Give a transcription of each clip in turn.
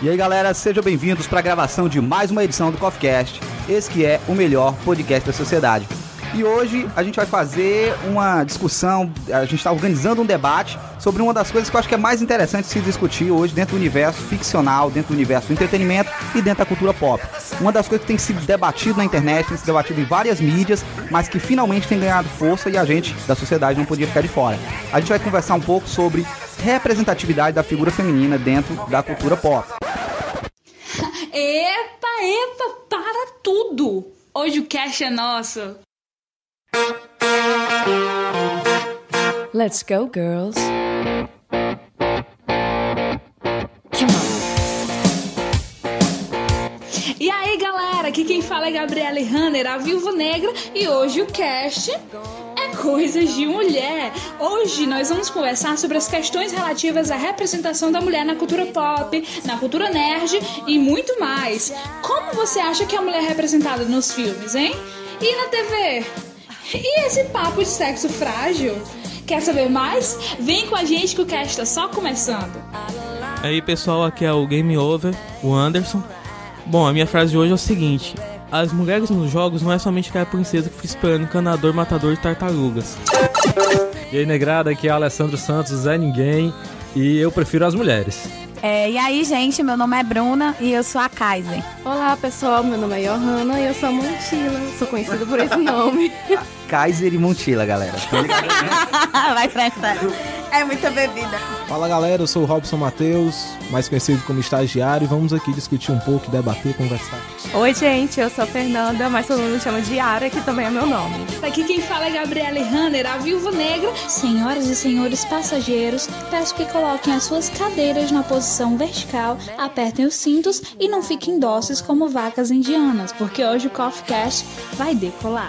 E aí, galera, sejam bem-vindos para a gravação de mais uma edição do CoffeeCast, esse que é o melhor podcast da sociedade. E hoje a gente vai fazer uma discussão, a gente está organizando um debate sobre uma das coisas que eu acho que é mais interessante se discutir hoje dentro do universo ficcional, dentro do universo do entretenimento e dentro da cultura pop. Uma das coisas que tem sido debatido na internet, tem sido debatido em várias mídias, mas que finalmente tem ganhado força e a gente da sociedade não podia ficar de fora. A gente vai conversar um pouco sobre representatividade da figura feminina dentro da cultura pop. Epa, para tudo! Hoje o cast é nosso. Let's go, girls. Come on. E aí, galera, aqui quem fala é Gabriela Hanner, a Viúva Negra, e hoje o cast é Coisas de Mulher. Hoje nós vamos conversar sobre as questões relativas à representação da mulher na cultura pop, na cultura nerd e muito mais. Como você acha que a mulher é representada nos filmes, hein? E na TV? E esse papo de sexo frágil? Quer saber mais? Vem com a gente que o cast tá só começando. Aí pessoal, aqui é o Game Over, o Anderson. Bom, a minha frase de hoje é o seguinte: as mulheres nos jogos não é somente aquela princesa que fica esperando encanador, matador de tartarugas. E aí, negrada, aqui é o Alessandro Santos, Zé Ninguém, e eu prefiro as mulheres. E aí, gente, meu nome é Bruna e eu sou a Kaiser. Olá, pessoal, meu nome é Johanna e eu sou a Montila, sou conhecida por esse nome. Kaiser e Montila, galera. Vai prestar. É muita bebida. Fala, galera, eu sou o Robson Matheus, mais conhecido como estagiário, e vamos aqui discutir um pouco, debater, conversar. Oi, gente, eu sou a Fernanda, mas todo mundo me chama de Yara, que também é meu nome. Aqui quem fala é Gabriela Hanner, a Viúva Negra. Senhoras e senhores passageiros, peço que coloquem as suas cadeiras na posição vertical, apertem os cintos e não fiquem dóceis como vacas indianas, porque hoje o CoffeeCast vai decolar.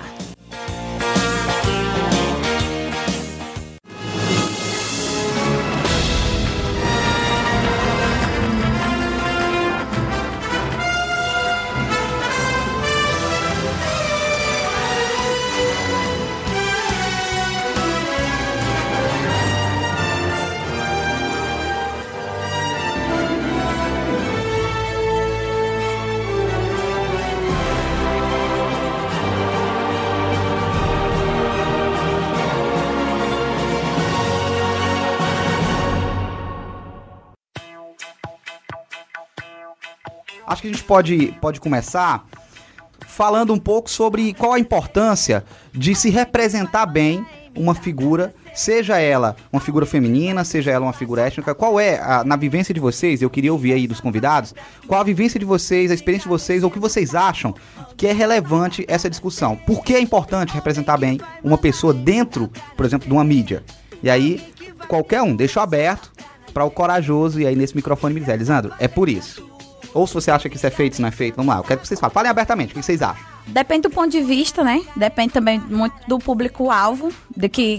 Acho que a gente pode começar falando um pouco sobre qual a importância de se representar bem uma figura, seja ela uma figura feminina, seja ela uma figura étnica. Qual é, na vivência de vocês, eu queria ouvir aí dos convidados, qual a vivência de vocês, a experiência de vocês, ou o que vocês acham que é relevante essa discussão? Por que é importante representar bem uma pessoa dentro, por exemplo, de uma mídia? E aí, qualquer um, deixa aberto para o corajoso, e aí nesse microfone me dizer, Lisandro, é por isso. Ou se você acha que isso é feito, se não é feito, vamos lá, eu quero que vocês falem. Falem abertamente, o que vocês acham? Depende do ponto de vista, né? Depende também muito do público-alvo, de que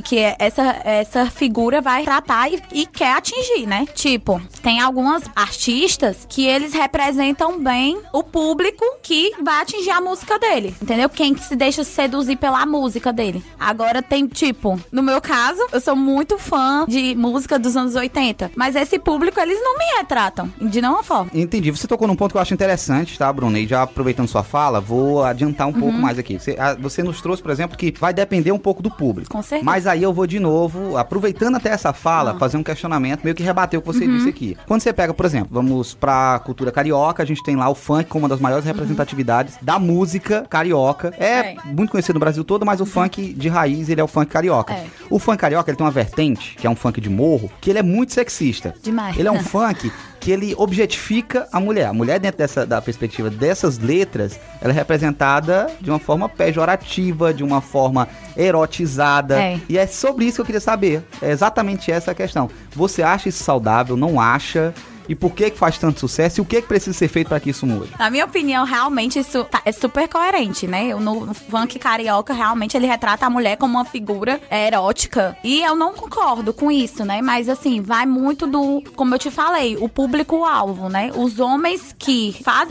essa figura vai tratar e quer atingir, né? Tipo, tem algumas artistas que eles representam bem o público que vai atingir a música dele, entendeu? Quem que se deixa seduzir pela música dele. Agora tem, tipo, no meu caso, eu sou muito fã de música dos anos 80, mas esse público, eles não me retratam de nenhuma forma. Entendi. Você tocou num ponto que eu acho interessante, tá, Bruna? E já aproveitando sua fala, vou adiantar um pouco mais aqui. Você nos trouxe, por exemplo, que vai depender um pouco do público. Com certeza. Mas aí eu vou de novo, aproveitando até essa fala, fazer um questionamento, meio que rebater o que você disse aqui. Quando você pega, por exemplo, vamos pra cultura carioca, a gente tem lá o funk como uma das maiores representatividades da música carioca. É muito conhecido no Brasil todo, mas o funk de raiz, ele é o funk carioca. O funk carioca, ele tem uma vertente, que é um funk de morro, que ele é muito sexista. Demais. Ele é um funk que ele objetifica a mulher. A mulher, dentro da perspectiva dessas letras, ela é representada de uma forma pejorativa, de uma forma erotizada. E é sobre isso que eu queria saber. É exatamente essa a questão. Você acha isso saudável? Não acha? E por que faz tanto sucesso? E o que precisa ser feito para que isso mude? Na minha opinião, realmente, isso é super coerente, né? No funk carioca, realmente, ele retrata a mulher como uma figura erótica. E eu não concordo com isso, né? Mas, assim, vai muito do... Como eu te falei, o público-alvo, né? Os homens que fazem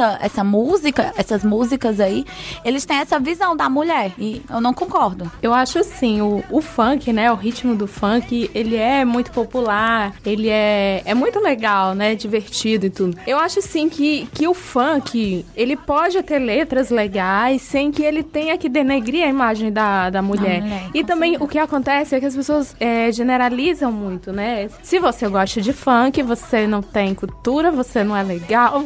essas músicas aí, eles têm essa visão da mulher. E eu não concordo. Eu acho, assim, o funk, né? O ritmo do funk, ele é muito popular. Ele é muito legal, né? divertido e tudo. Eu acho, assim, que o funk, ele pode ter letras legais sem que ele tenha que denegrir a imagem da mulher. E também o que acontece é que as pessoas generalizam muito, né? Se você gosta de funk, você não tem cultura, você não é legal,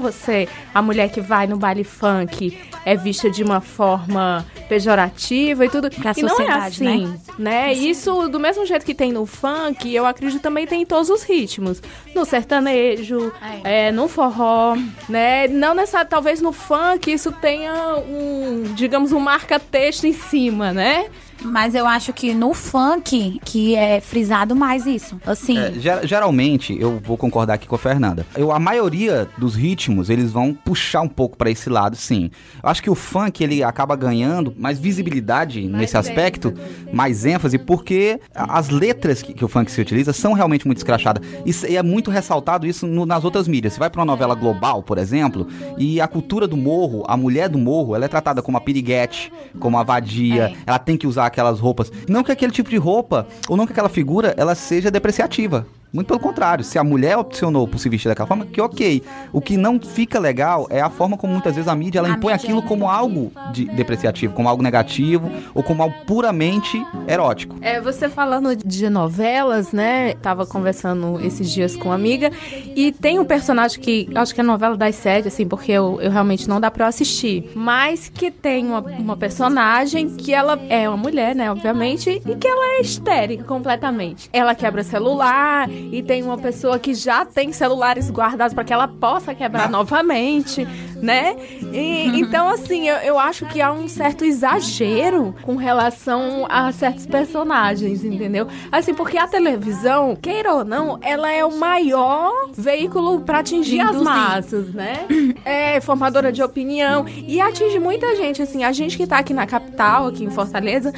a mulher que vai no baile funk é vista de uma forma pejorativa e tudo. Pra e não é sociedade, assim, né? Isso, do mesmo jeito que tem no funk, eu acredito também tem em todos os ritmos. No sertanejo, no forró, né? Não necessariamente, talvez no funk isso tenha digamos, um marca-texto em cima, né? Mas eu acho que no funk que é frisado mais isso. Assim. Geralmente, eu vou concordar aqui com a Fernanda. A maioria dos ritmos, eles vão puxar um pouco pra esse lado, sim. Eu acho que o funk, ele acaba ganhando mais visibilidade nesse aspecto, mais ênfase, porque as letras que o funk se utiliza são realmente muito escrachadas. E é muito ressaltado isso nas outras mídias. Você vai pra uma novela global, por exemplo, e a cultura do morro, a mulher do morro, ela é tratada como a piriguete, como a vadia, ela tem que usar aquelas roupas. Não que aquele tipo de roupa, ou não que aquela figura, ela seja depreciativa. Muito pelo contrário, se a mulher opcionou por se vestir daquela forma, que ok. O que não fica legal é a forma como muitas vezes a mídia ela impõe aquilo como algo depreciativo, como algo negativo ou como algo puramente erótico. Você falando de novelas, né? Tava conversando esses dias com uma amiga e tem um personagem que acho que é novela das 7, assim, porque eu realmente não dá pra eu assistir, mas que tem uma personagem que ela é uma mulher, né? Obviamente, e que ela é histérica completamente. Ela quebra celular. E tem uma pessoa que já tem celulares guardados para que ela possa quebrar novamente, né? Então, assim, eu acho que há um certo exagero com relação a certos personagens, entendeu? Assim, porque a televisão, queira ou não, ela é o maior veículo para atingir as massas, né? É formadora de opinião e atinge muita gente, assim. A gente que tá aqui na capital, aqui em Fortaleza,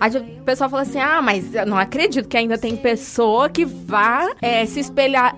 o pessoal fala assim, mas eu não acredito que ainda tem pessoa que vá se espelhar.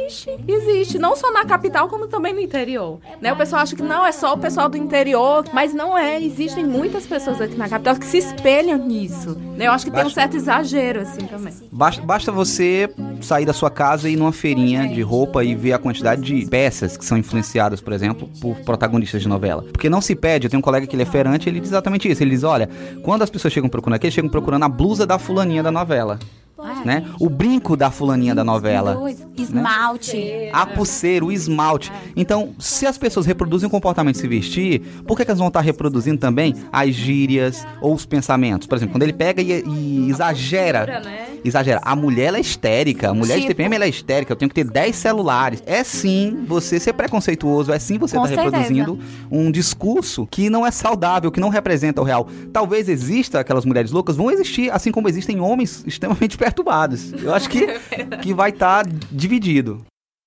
Existe, não só na capital, como também no interior, né? O pessoal acha que não, é só o pessoal do interior, mas não é, existem muitas pessoas aqui na capital que se espelham nisso, né? Eu acho que tem um certo exagero, assim, também. Basta você sair da sua casa e ir numa feirinha de roupa e ver a quantidade de peças que são influenciadas, por exemplo, por protagonistas de novela. Porque não se pede, eu tenho um colega que ele é feirante, ele diz exatamente isso, ele diz, olha, quando as pessoas chegam procurando aqui, eles chegam procurando a blusa da fulaninha da novela. Né? O brinco da fulaninha da novela. Esmalte. Né? A pulseira, o esmalte. Então, se as pessoas reproduzem o comportamento de se vestir, por que elas vão estar reproduzindo também as gírias ou os pensamentos? Por exemplo, quando ele pega e exagera. Exagera. A mulher, ela é histérica. A mulher de TPM, ela é histérica. Eu tenho que ter 10 celulares. É sim você ser preconceituoso. É sim você estar reproduzindo um discurso que não é saudável, que não representa o real. Talvez exista aquelas mulheres loucas, vão existir, assim como existem homens extremamente perturbados. Eu acho que vai estar dividido.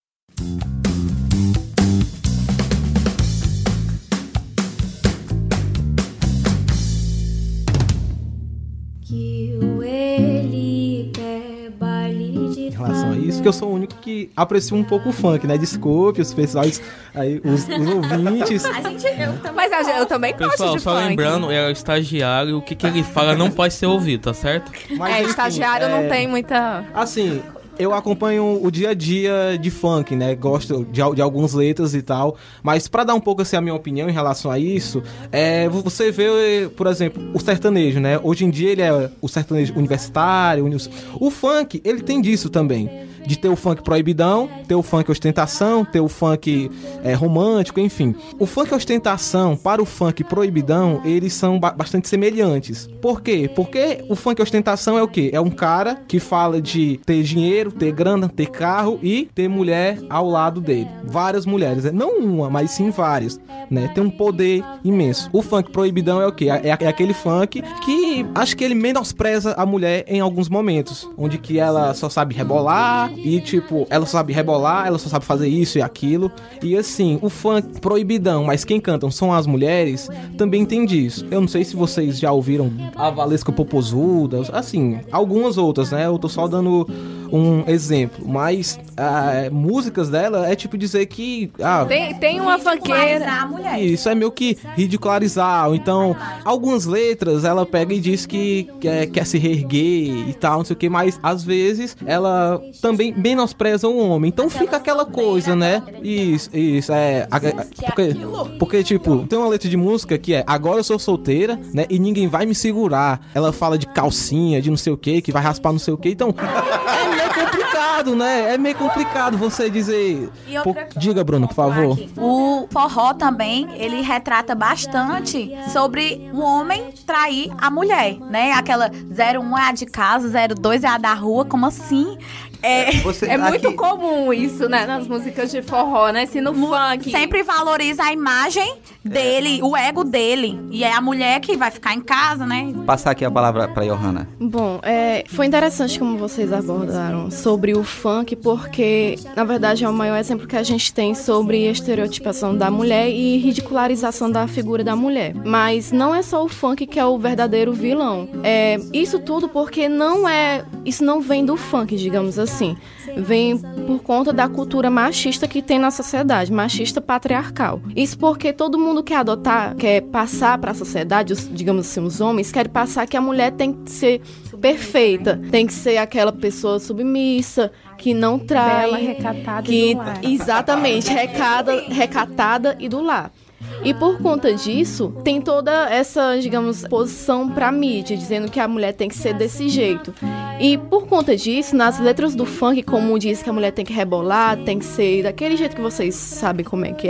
Em relação a isso, que eu sou o único que aprecia um pouco o funk, né? Desculpe os pessoais, aí, os ouvintes. Mas eu também gosto de funk. Pessoal, só lembrando, é o estagiário, o que ele fala não pode ser ouvido, tá certo? Mas, enfim, estagiário não tem muita... Assim, eu acompanho o dia a dia de funk, né? Gosto de algumas letras e tal. Mas pra dar um pouco assim a minha opinião em relação a isso, você vê, por exemplo, o sertanejo, né? Hoje em dia ele é o sertanejo universitário. O funk, ele tem disso também. De ter o funk proibidão, ter o funk ostentação, ter o funk romântico, enfim. O funk ostentação para o funk proibidão, eles são bastante semelhantes. Por quê? Porque o funk ostentação é o quê? É um cara que fala de ter dinheiro, ter grana, ter carro e ter mulher ao lado dele. Várias mulheres, né? Não uma, mas sim várias, né? Tem um poder imenso. O funk proibidão é o quê? É aquele funk que acho que ele menospreza a mulher em alguns momentos, onde que ela só sabe rebolar e tipo, ela só sabe rebolar, ela só sabe fazer isso e aquilo. E assim, o funk proibidão, mas quem cantam são as mulheres, também tem disso. Eu não sei se vocês já ouviram a Valesca Popozuda, assim, algumas outras, né? Eu tô só dando um exemplo, mas músicas dela é tipo dizer que... Tem uma funkeira... a mulher. Isso é meio que ridicularizar, ou então algumas letras ela pega e diz que quer se reerguer e tal, não sei o que, mas às vezes ela também menospreza o homem, então fica aquela coisa, né? Isso, porque tipo, tem uma letra de música que é: agora eu sou solteira, né, e ninguém vai me segurar. Ela fala de calcinha, de não sei o que vai raspar não sei o que, então é meio complicado, né? É meio complicado você dizer... Diga, Bruno, por favor. O forró também, ele retrata bastante sobre o homem trair a mulher, né? Aquela 01 é a de casa, 02 é a da rua, como assim? Muito comum isso, né, nas músicas de forró, né? Se no funk... Sempre valoriza a imagem dele, o ego dele. E é a mulher que vai ficar em casa, né? Passar aqui a palavra pra Johanna. Bom, foi interessante como vocês abordaram sobre o funk, porque, na verdade, é o maior exemplo que a gente tem sobre a estereotipação da mulher e ridicularização da figura da mulher. Mas não é só o funk que é o verdadeiro vilão. Isso tudo porque isso não vem do funk, digamos assim. Vem por conta da cultura machista que tem na sociedade, machista patriarcal. Isso porque todo mundo quer passar para a sociedade, digamos assim, os homens, querem passar que a mulher tem que ser perfeita, tem que ser aquela pessoa submissa, que não trai, bela, recatada e do lar. Exatamente, recatada e do lar. E por conta disso, tem toda essa, digamos, posição pra mídia, dizendo que a mulher tem que ser desse jeito. E por conta disso, nas letras do funk, como diz que a mulher tem que rebolar, tem que ser daquele jeito que vocês sabem como é que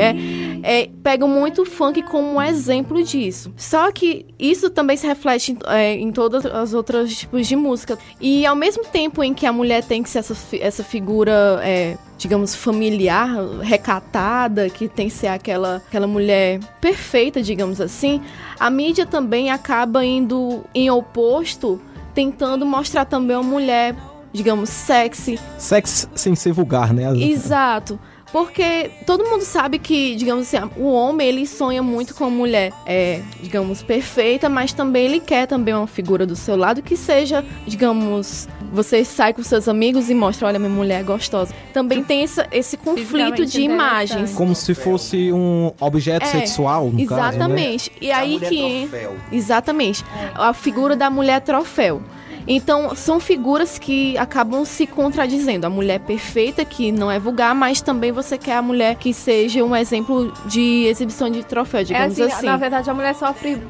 pegam muito o funk como um exemplo disso. Só que isso também se reflete em todas as outras tipos de música. E ao mesmo tempo em que a mulher tem que ser essa figura... digamos, familiar, recatada, que tem que ser aquela mulher perfeita, digamos assim, a mídia também acaba indo em oposto, tentando mostrar também uma mulher, digamos, sexy. Sexy sem ser vulgar, né? Exato. Porque todo mundo sabe que, digamos assim, o homem, ele sonha muito com a mulher, digamos, perfeita, mas também ele quer também uma figura do seu lado que seja, digamos, você sai com seus amigos e mostra, olha, minha mulher é gostosa. Também tem esse conflito de imagens. Como se fosse um objeto sexual, no exatamente. caso, né? E aí exatamente. A figura da mulher troféu. Então, são figuras que acabam se contradizendo. A mulher perfeita, que não é vulgar, mas também você quer a mulher que seja um exemplo de exibição de troféu, digamos assim. Na verdade, a mulher sofre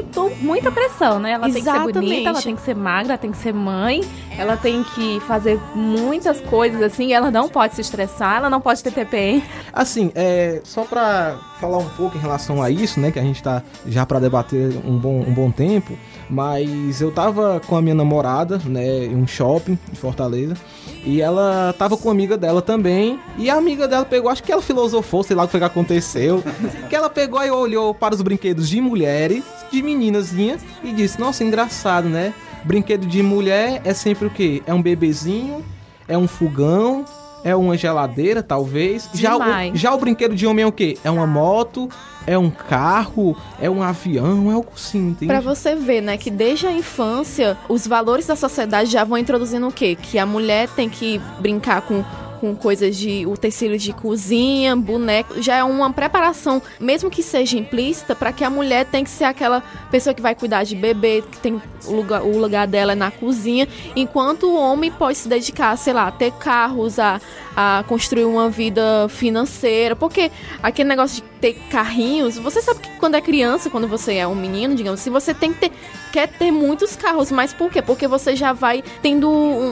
muita pressão, né? Ela tem que ser bonita, ela tem que ser magra, ela tem que ser mãe, ela tem que fazer muitas coisas, assim, ela não pode se estressar, ela não pode ter TPM. Assim, só pra falar um pouco em relação a isso, né, que a gente tá já pra debater um bom tempo, mas eu tava com a minha namorada, né, em um shopping em Fortaleza, e ela tava com uma amiga dela também, e a amiga dela pegou, acho que ela filosofou, sei lá o que foi que aconteceu, que ela pegou e olhou para os brinquedos de mulheres, de meninazinha, e disse, nossa, engraçado, né, brinquedo de mulher é sempre o quê? É um bebezinho, é um fogão, é uma geladeira, talvez. Já o brinquedo de homem é o quê? É uma moto, é um carro, é um avião, é algo assim, entende? Pra você ver, né, que desde a infância, os valores da sociedade já vão introduzindo o quê? Que a mulher tem que brincar com coisas de utensílios de cozinha, boneco, já é uma preparação, mesmo que seja implícita, para que a mulher tem que ser aquela pessoa que vai cuidar de bebê, que tem o lugar dela é na cozinha, enquanto o homem pode se dedicar, sei lá, a ter carros, a construir uma vida financeira, porque aquele negócio de ter carrinhos, você sabe que quando é criança, quando você é um menino, digamos assim, você quer ter muitos carros, mas por quê? Porque você já vai tendo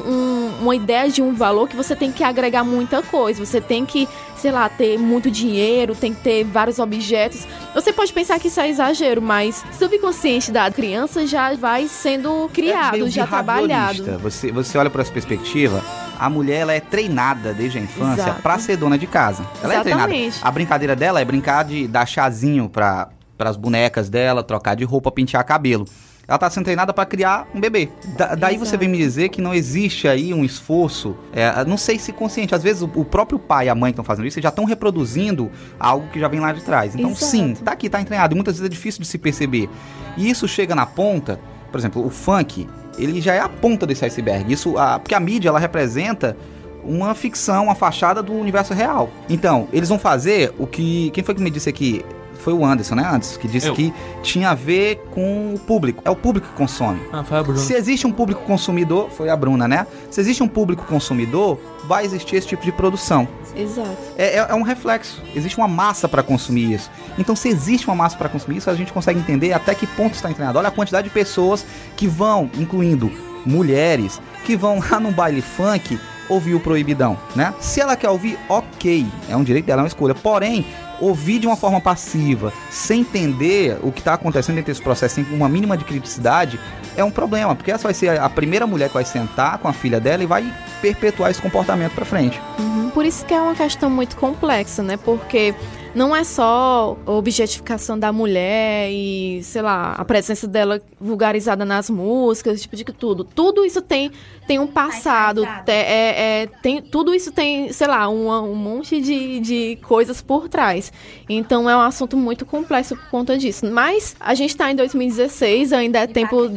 uma ideia de um valor que você tem que agregar muita coisa, você tem que, sei lá, ter muito dinheiro, tem que ter vários objetos. Você pode pensar que isso é exagero, mas subconsciente da criança já vai sendo criado, já trabalhado. Você olha por essa perspectiva, a mulher ela é treinada desde a infância pra ser dona de casa. Ela é treinada. A brincadeira dela é brincar de dar chazinho para as bonecas dela, trocar de roupa, pentear cabelo. Ela tá sendo treinada para criar um bebê. Daí você vem me dizer que não existe aí um esforço, não sei se consciente, às vezes o próprio pai e a mãe que estão fazendo isso, já estão reproduzindo algo que já vem lá de trás. Então sim, tá aqui, tá treinado, e muitas vezes é difícil de se perceber. E isso chega na ponta, por exemplo, o funk, ele já é a ponta desse iceberg. Porque a mídia, ela representa uma ficção, uma fachada do universo real. Então, eles vão fazer o que... Quem foi que me disse aqui? Foi o Anderson, né, Anderson? Que disse que tinha a ver com o público. É o público que consome. Foi a Bruna. Se existe um público consumidor... Foi a Bruna, né? Se existe um público consumidor, vai existir esse tipo de produção. Exato. É um reflexo. Existe uma massa para consumir isso. Então, se existe uma massa para consumir isso, a gente consegue entender até que ponto está inclinado. Olha a quantidade de pessoas que vão, incluindo mulheres, que vão lá num baile funk ouvir o Proibidão, né? Se ela quer ouvir, ok. É um direito dela, é uma escolha. Porém, ouvir de uma forma passiva, sem entender o que está acontecendo dentro desse processo, sem uma mínima de criticidade, é um problema, porque essa vai ser a primeira mulher que vai sentar com a filha dela e vai perpetuar esse comportamento pra frente. Por isso que é uma questão muito complexa, né? Porque não é só a objetificação da mulher e, sei lá, a presença dela vulgarizada nas músicas, tipo de tudo. Tudo isso tem um passado, tudo isso tem, sei lá, um monte de coisas por trás. Então é um assunto muito complexo por conta disso. Mas a gente tá em 2016, ainda é tempo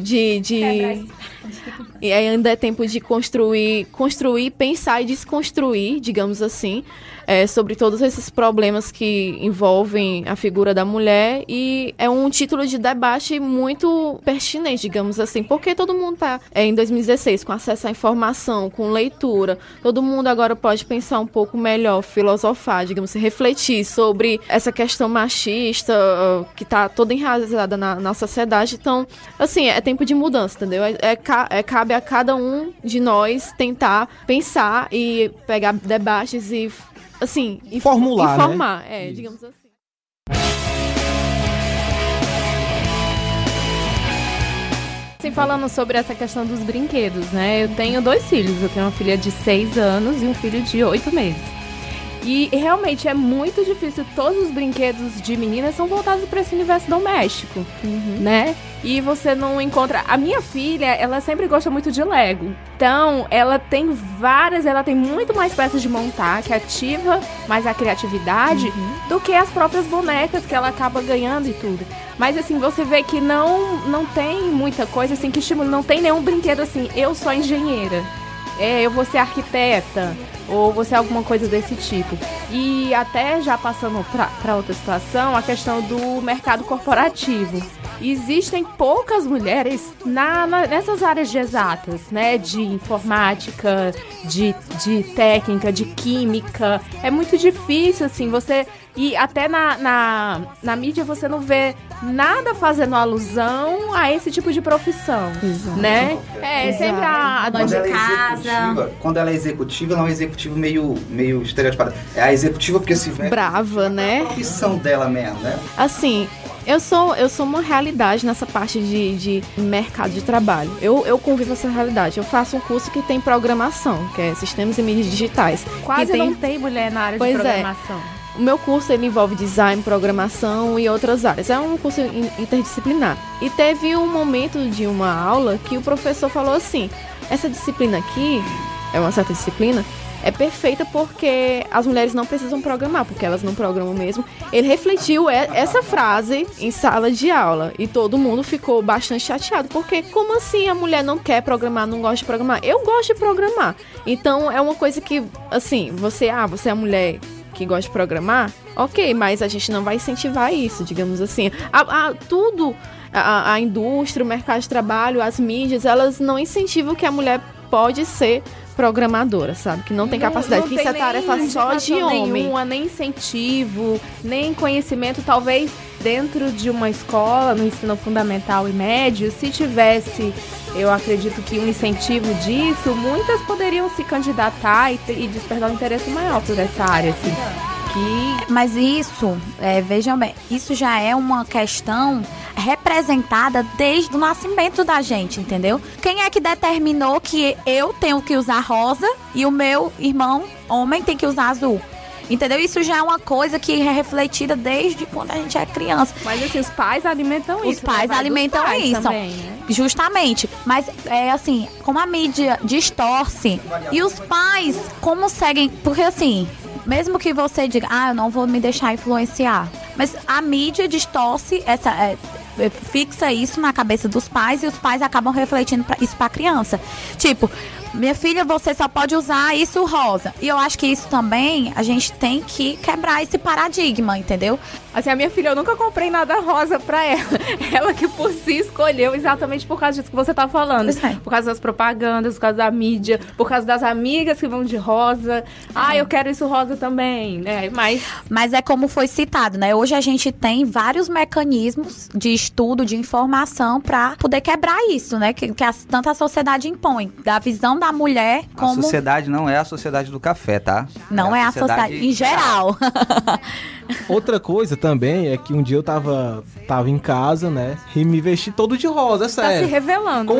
e ainda é tempo de construir, pensar e desconstruir, digamos assim, sobre todos esses problemas que envolvem a figura da mulher, e é um título de debate muito pertinente, digamos assim, porque todo mundo está em 2016 com acesso à informação, com leitura, todo mundo agora pode pensar um pouco melhor, filosofar, digamos assim, refletir sobre essa questão machista que está toda enraizada na sociedade. Então, assim, é tempo de mudança, entendeu? Cabe a cada um de nós tentar pensar e pegar debates e assim, informar, né? Digamos assim. Assim, falando sobre essa questão dos brinquedos, né? Eu tenho 2 filhos, eu tenho uma filha de 6 anos e um filho de 8 meses. E realmente é muito difícil, todos os brinquedos de meninas são voltados para esse universo doméstico, né? E você não encontra... A minha filha, ela sempre gosta muito de Lego. Então, ela tem muito mais peças de montar, que ativa mais a criatividade do que as próprias bonecas que ela acaba ganhando e tudo. Mas, assim, você vê que não tem muita coisa, assim, que estimula. Não tem nenhum brinquedo assim, eu sou engenheira, eu vou ser arquiteta, ou você alguma coisa desse tipo. E até já passando para outra situação, a questão do mercado corporativo. Existem poucas mulheres nessas áreas de exatas, né? De informática, de técnica, de química. É muito difícil, assim, você... E até na mídia você não vê nada fazendo alusão a esse tipo de profissão, né? Sempre a dona de casa. Quando ela é executiva, ela é uma executiva meio estereotipada. É a executiva porque se vê... Brava, né? É a profissão dela mesmo, né? Assim... Eu sou uma realidade nessa parte de mercado de trabalho. Eu convivo essa realidade. Eu faço um curso que tem programação, que é Sistemas e Mídias Digitais. Quase não tem mulher na área de programação. O meu curso ele envolve design, programação e outras áreas. É um curso interdisciplinar. E teve um momento de uma aula que o professor falou assim, essa disciplina aqui, é uma certa disciplina, é perfeita porque as mulheres não precisam programar, porque elas não programam mesmo. Ele refletiu essa frase em sala de aula e todo mundo ficou bastante chateado, porque como assim a mulher não quer programar, não gosta de programar? Eu gosto de programar. Então é uma coisa que, assim, você é a mulher que gosta de programar? Ok, mas a gente não vai incentivar isso, digamos assim. A indústria, o mercado de trabalho, as mídias, elas não incentivam que a mulher pode ser programadora, sabe? Que não tem capacidade, que isso é tarefa só de homem. Nenhuma, nem incentivo, nem conhecimento. Talvez dentro de uma escola, no ensino fundamental e médio, se tivesse, eu acredito que um incentivo disso, muitas poderiam se candidatar e despertar um interesse maior por essa área, assim. Mas isso, vejam bem, isso já é uma questão representada desde o nascimento da gente, entendeu? Quem é que determinou que eu tenho que usar rosa e o meu irmão, homem, tem que usar azul? Entendeu? Isso já é uma coisa que é refletida desde quando a gente é criança. Mas assim, os pais alimentam isso. Os pais alimentam isso. Também, né? Justamente. Mas é assim, como a mídia distorce e os pais como seguem... Porque assim, mesmo que você diga, eu não vou me deixar influenciar. Mas a mídia distorce fixa isso na cabeça dos pais e os pais acabam refletindo isso pra criança. Tipo, minha filha, você só pode usar isso rosa. E eu acho que isso também, a gente tem que quebrar esse paradigma, entendeu? Assim, a minha filha, eu nunca comprei nada rosa pra ela. Ela que por si escolheu exatamente por causa disso que você tá falando. Por causa das propagandas, por causa da mídia, por causa das amigas que vão de rosa. Eu quero isso rosa também, né? Mas é como foi citado, né? Hoje a gente tem vários mecanismos de estudo, de informação pra poder quebrar isso, né? Que tanto a sociedade impõe. Da visão da mulher como... A sociedade não é a sociedade do café, tá? Não é a sociedade em geral. Outra coisa também é que um dia eu tava em casa, né? E me vesti todo de rosa, é sério. Tá se revelando.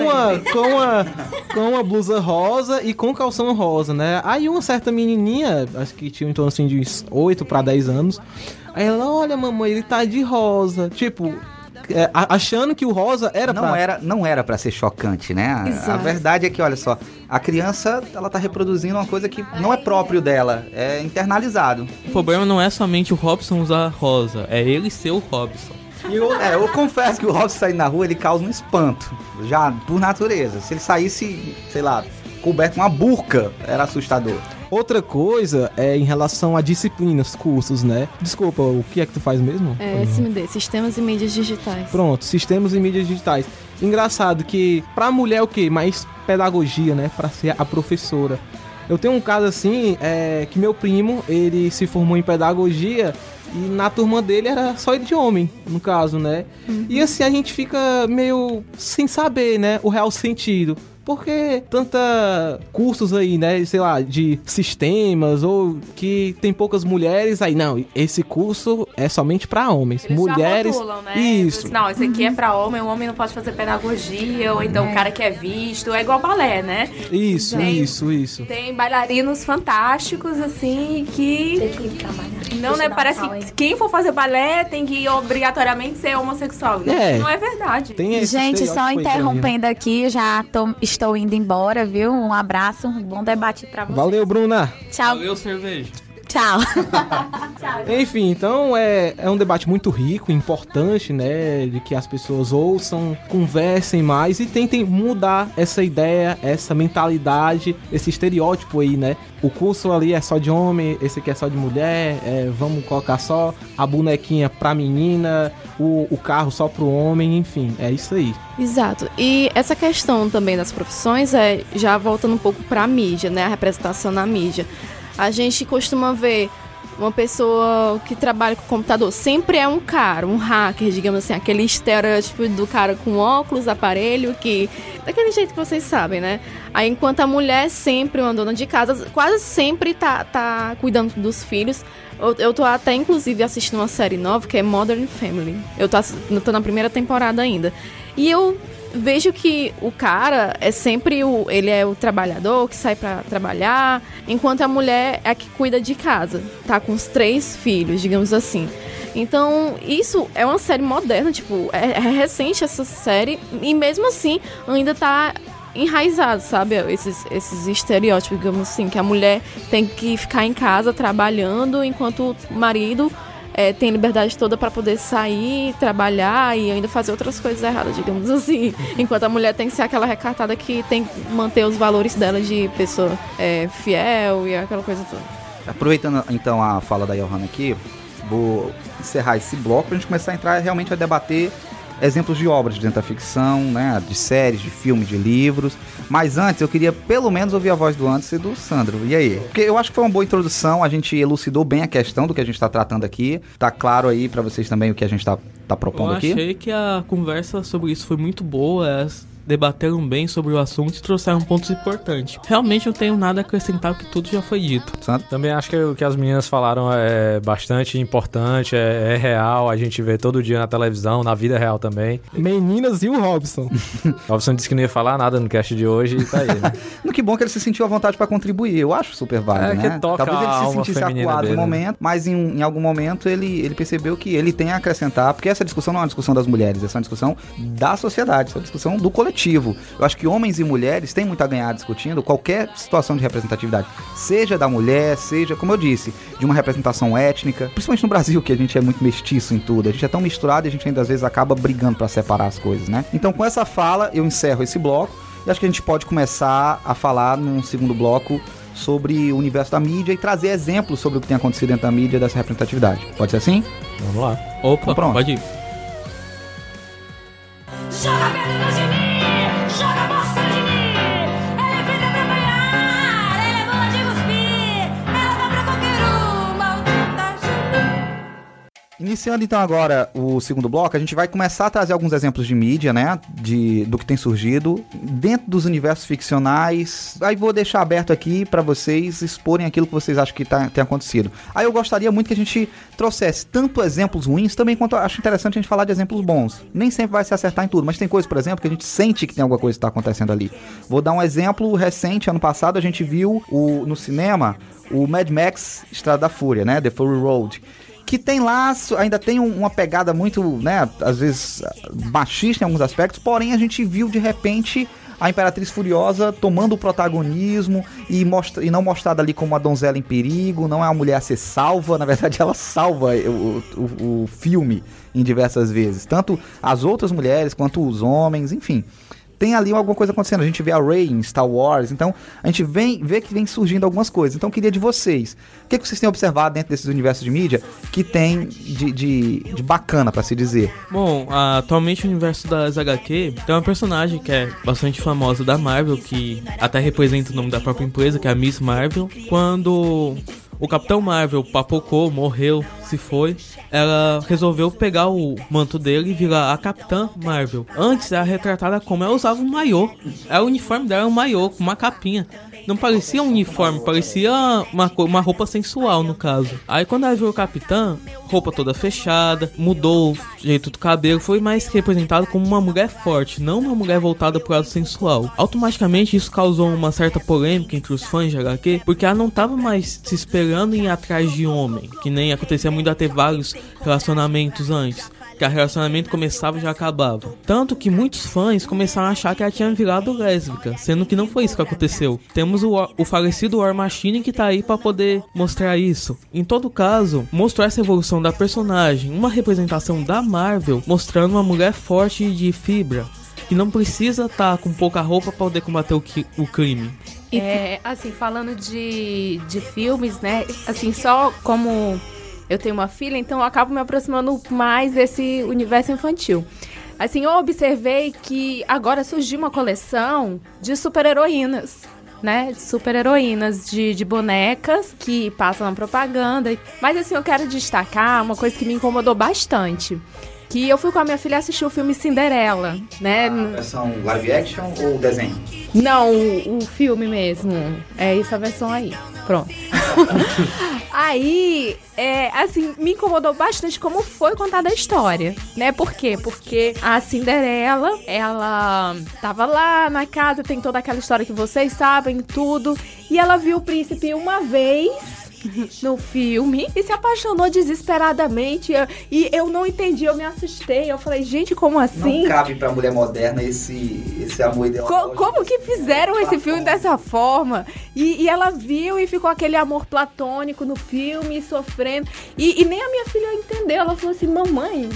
Com uma blusa rosa e com calção rosa, né? Aí uma certa menininha, acho que tinha em torno assim de 8 para 10 anos, aí ela, olha mamãe, ele tá de rosa. Tipo... achando que o rosa era não era pra ser chocante, né? A verdade é que, olha só, a criança, ela tá reproduzindo uma coisa que não é próprio dela, é internalizado. O problema não é somente o Robson usar rosa, é ele ser o Robson. Eu confesso que o Robson sair na rua, ele causa um espanto, já por natureza. Se ele saísse, sei lá, coberto com uma burca, era assustador. Outra coisa é em relação a disciplinas, cursos, né? Desculpa, o que é que tu faz mesmo? SMD, Sistemas e Mídias Digitais. Pronto, Sistemas e Mídias Digitais. Engraçado que pra mulher o quê? Mais pedagogia, né? Pra ser a professora. Eu tenho um caso assim, que meu primo, ele se formou em pedagogia e na turma dele era só ele de homem, no caso, né? E assim, a gente fica meio sem saber, né? O real sentido. Porque tanta cursos aí, né, sei lá, de sistemas ou que tem poucas mulheres, aí não, esse curso é somente pra homens. Eles mulheres, já rotulam, né? Isso. Não, esse aqui é pra homem, o homem não pode fazer pedagogia, ou então o cara que é visto, é igual balé, né? Isso. Tem bailarinos fantásticos, assim, que... Tem que trabalhar. Não, né, parece que quem for fazer balé tem que obrigatoriamente ser homossexual. Não é verdade. Gente, só interrompendo aqui, estou indo embora, viu? Um abraço, um bom debate pra vocês. Valeu, Bruna. Tchau. Valeu, cerveja. Tchau. Enfim, então é um debate muito rico, importante, né? De que as pessoas ouçam, conversem mais e tentem mudar essa ideia, essa mentalidade, esse estereótipo aí, né? O curso ali é só de homem, esse aqui é só de mulher, vamos colocar só a bonequinha pra menina, o carro só pro homem, enfim, é isso aí. Exato. E essa questão também das profissões já voltando um pouco pra mídia, né? A representação na mídia. A gente costuma ver uma pessoa que trabalha com computador, sempre é um cara, um hacker, digamos assim, aquele estereótipo do cara com óculos, aparelho, daquele jeito que vocês sabem, né? Aí, enquanto a mulher sempre, uma dona de casa, quase sempre tá cuidando dos filhos. Eu tô até, inclusive, assistindo uma série nova, que é Modern Family. Eu tô na primeira temporada ainda. E eu vejo que o cara é sempre ele é o trabalhador que sai pra trabalhar, enquanto a mulher é a que cuida de casa, tá com os 3 filhos, digamos assim. Então, isso é uma série moderna, tipo, é recente essa série, e mesmo assim ainda tá enraizado, sabe? Esses estereótipos, digamos assim, que a mulher tem que ficar em casa trabalhando, enquanto o marido tem liberdade toda para poder sair, trabalhar e ainda fazer outras coisas erradas, digamos assim. Enquanto a mulher tem que ser aquela recatada que tem que manter os valores dela de pessoa fiel e aquela coisa toda. Aproveitando então a fala da Johanna aqui, vou encerrar esse bloco pra gente começar a entrar realmente a debater exemplos de obras dentro da ficção, né, de séries, de filmes, de livros. Mas antes, eu queria pelo menos ouvir a voz do Anderson e do Sandro. E aí? Porque eu acho que foi uma boa introdução, a gente elucidou bem a questão do que a gente está tratando aqui. Tá claro aí pra vocês também o que a gente tá propondo aqui? Eu achei que a conversa sobre isso foi muito boa, debateram bem sobre o assunto e trouxeram pontos importantes. Realmente não tenho nada a acrescentar, porque tudo já foi dito. Também acho que o que as meninas falaram é bastante importante, é real, a gente vê todo dia na televisão, na vida real também. Meninas e o Robson. O Robson disse que não ia falar nada no cast de hoje e tá aí, né? Que bom que ele se sentiu à vontade pra contribuir, eu acho super válido, né? Que toca talvez ele se sentisse acuado dele, no momento, mas em algum momento ele percebeu que ele tem a acrescentar, porque essa discussão não é uma discussão das mulheres, essa é uma discussão da sociedade, essa é uma discussão do coletivo. positivo. Eu acho que homens e mulheres têm muito a ganhar discutindo qualquer situação de representatividade, seja da mulher, seja, como eu disse, de uma representação étnica, principalmente no Brasil, que a gente é muito mestiço em tudo, a gente é tão misturado e a gente ainda às vezes acaba brigando pra separar as coisas, né? Então, com essa fala, eu encerro esse bloco e acho que a gente pode começar a falar num segundo bloco sobre o universo da mídia e trazer exemplos sobre o que tem acontecido dentro da mídia dessa representatividade. Pode ser assim? Vamos lá. Opa, então, pronto. Pode ir. Joga pedra de mim, joga bosta de mim. Ela é feita pra apanhar, ela é boa de cuspir, ela dá pra qualquer um, maldita geni. Iniciando então agora o segundo bloco, a gente vai começar a trazer alguns exemplos de mídia, né, do que tem surgido dentro dos universos ficcionais. Aí vou deixar aberto aqui pra vocês exporem aquilo que vocês acham que tem acontecido. Aí eu gostaria muito que a gente trouxesse tanto exemplos ruins, também quanto eu acho interessante a gente falar de exemplos bons. Nem sempre vai se acertar em tudo, mas tem coisas, por exemplo, que a gente sente que tem alguma coisa que está acontecendo ali. Vou dar um exemplo recente. Ano passado a gente viu no cinema o Mad Max Estrada da Fúria, né, The Fury Road, que tem lá, ainda tem uma pegada muito, né, às vezes machista em alguns aspectos, porém a gente viu de repente a Imperatriz Furiosa tomando o protagonismo e não mostrada ali como uma donzela em perigo, não é uma mulher a ser salva, na verdade ela salva o filme em diversas vezes, tanto as outras mulheres quanto os homens, enfim. Tem ali alguma coisa acontecendo, a gente vê a Rey em Star Wars, então a gente vê que vem surgindo algumas coisas. Então eu queria de vocês, o que vocês têm observado dentro desses universos de mídia que tem de bacana, pra se dizer? Bom, atualmente o universo das HQ tem uma personagem que é bastante famosa da Marvel, que até representa o nome da própria empresa, que é a Miss Marvel. Quando o Capitão Marvel papocou, morreu, se foi, ela resolveu pegar o manto dele e virar a Capitã Marvel. Antes era retratada como ela usava um maiô. O uniforme dela era um maiô, com uma capinha. Não parecia um uniforme, parecia uma roupa sensual, no caso. Aí quando ela virou capitã, roupa toda fechada, mudou o jeito do cabelo, foi mais representado como uma mulher forte, não uma mulher voltada pro lado sensual. Automaticamente isso causou uma certa polêmica entre os fãs de HQ, porque ela não tava mais se esperando em ir atrás de homem, que nem acontecia muito a ter vários relacionamentos antes, que o relacionamento começava e já acabava. Tanto que muitos fãs começaram a achar que ela tinha virado lésbica, sendo que não foi isso que aconteceu. Temos o falecido War Machine que tá aí pra poder mostrar isso. Em todo caso, mostrou essa evolução da personagem, uma representação da Marvel, mostrando uma mulher forte e de fibra, que não precisa estar com pouca roupa pra poder combater o crime. Assim, falando de filmes, né, assim, só como eu tenho uma filha, então eu acabo me aproximando mais desse universo infantil. Assim, eu observei que agora surgiu uma coleção de super-heroínas, né? Super-heroínas de bonecas que passam na propaganda. Mas assim, eu quero destacar uma coisa que me incomodou bastante. Que eu fui com a minha filha assistir o filme Cinderela, né? A versão live action ou desenho? Não, o filme mesmo. É isso, a versão aí. Pronto. Aí, assim, me incomodou bastante como foi contada a história, né? Por quê? Porque a Cinderela, ela tava lá na casa, tem toda aquela história que vocês sabem, tudo. E ela viu o príncipe uma vez no filme e se apaixonou desesperadamente. E eu não entendi, eu me assustei. Eu falei, gente, como assim? Não cabe pra mulher moderna esse amor ideológico. Como que fizeram esse filme dessa forma? E ela viu e ficou aquele amor platônico no filme, sofrendo. E nem a minha filha entendeu. Ela falou assim, mamãe,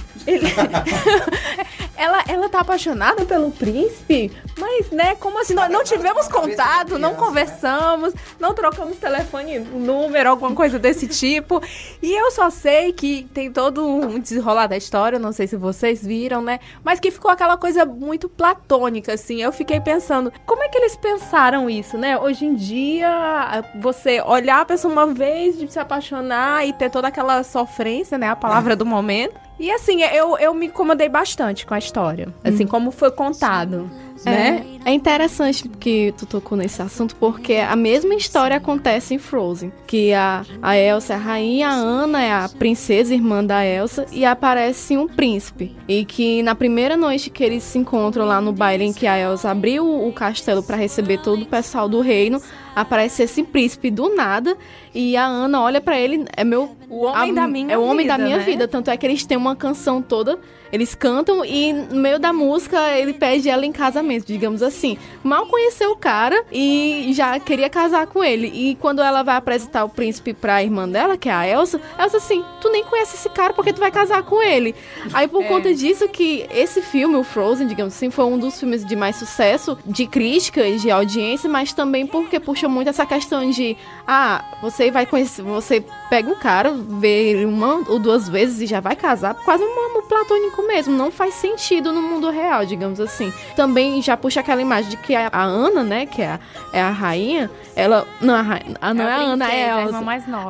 ela tá apaixonada pelo príncipe? Mas, né, como assim? Nós não tivemos contato, não conversamos, não trocamos telefone, número, alguma coisa desse tipo. E eu só sei que tem todo um desenrolar da história, não sei se vocês viram, né? Mas que ficou aquela coisa muito platônica, assim. Eu fiquei pensando, como é que eles pensaram isso, né? Hoje em dia, você olhar a pessoa uma vez, de se apaixonar e ter toda aquela sofrência, né? A palavra do momento. E assim, eu me incomodei bastante com a história. Assim, como foi contado, né? É interessante que tu tocou nesse assunto, porque a mesma história acontece em Frozen. Que a Elsa é a rainha, a Anna é a princesa, irmã da Elsa, e aparece um príncipe. E que na primeira noite que eles se encontram lá no baile em que a Elsa abriu o castelo para receber todo o pessoal do reino, aparece esse príncipe do nada e a Ana olha pra ele, O homem da minha vida. É o homem da minha né? vida. Tanto é que eles têm uma canção toda, eles cantam e no meio da música ele pede ela em casamento, digamos assim. Mal conheceu o cara e já queria casar com ele. E quando ela vai apresentar o príncipe pra irmã dela, que é a Elsa assim, tu nem conhece esse cara porque tu vai casar com ele. Aí por conta disso que esse filme, o Frozen, digamos assim, foi um dos filmes de mais sucesso, de crítica e de audiência, mas também porque puxa muito essa questão de você vai conhecer, você pega um cara, vê ele uma ou duas vezes e já vai casar, quase um amor platônico mesmo, não faz sentido no mundo real, digamos assim. Também já puxa aquela imagem de que a Ana, né, que é a rainha, ela, não, não é a Ana, é a Elsa. Mais nova,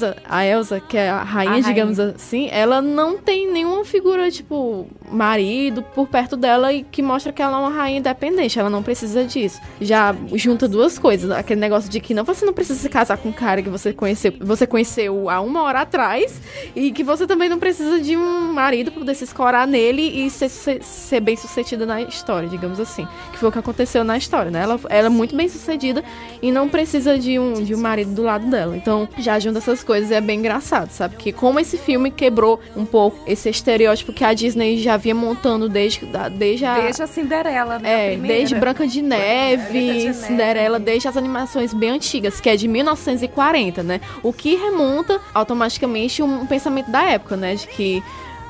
A Elsa, que é a rainha, digamos assim, ela não tem nenhuma figura, tipo, marido por perto dela e que mostra que ela é uma rainha independente, ela não precisa disso. Já junta duas coisas, aquele negócio de que você não precisa se casar com um cara que você conheceu há 1 hora atrás e que você também não precisa de um marido pra poder se escorar nele e ser bem sucedida na história, digamos assim. Que foi o que aconteceu na história, né? Ela é muito bem sucedida e não precisa de um marido do lado dela. Então, já junta essas coisas, é bem engraçado, sabe? Que como esse filme quebrou um pouco esse estereótipo que a Disney já vinha montando desde a Cinderela, né? Desde Branca de Neve, Cinderela, desde as animações bem antigas, que é de 1940, né? O que remonta automaticamente um pensamento da época, né? De que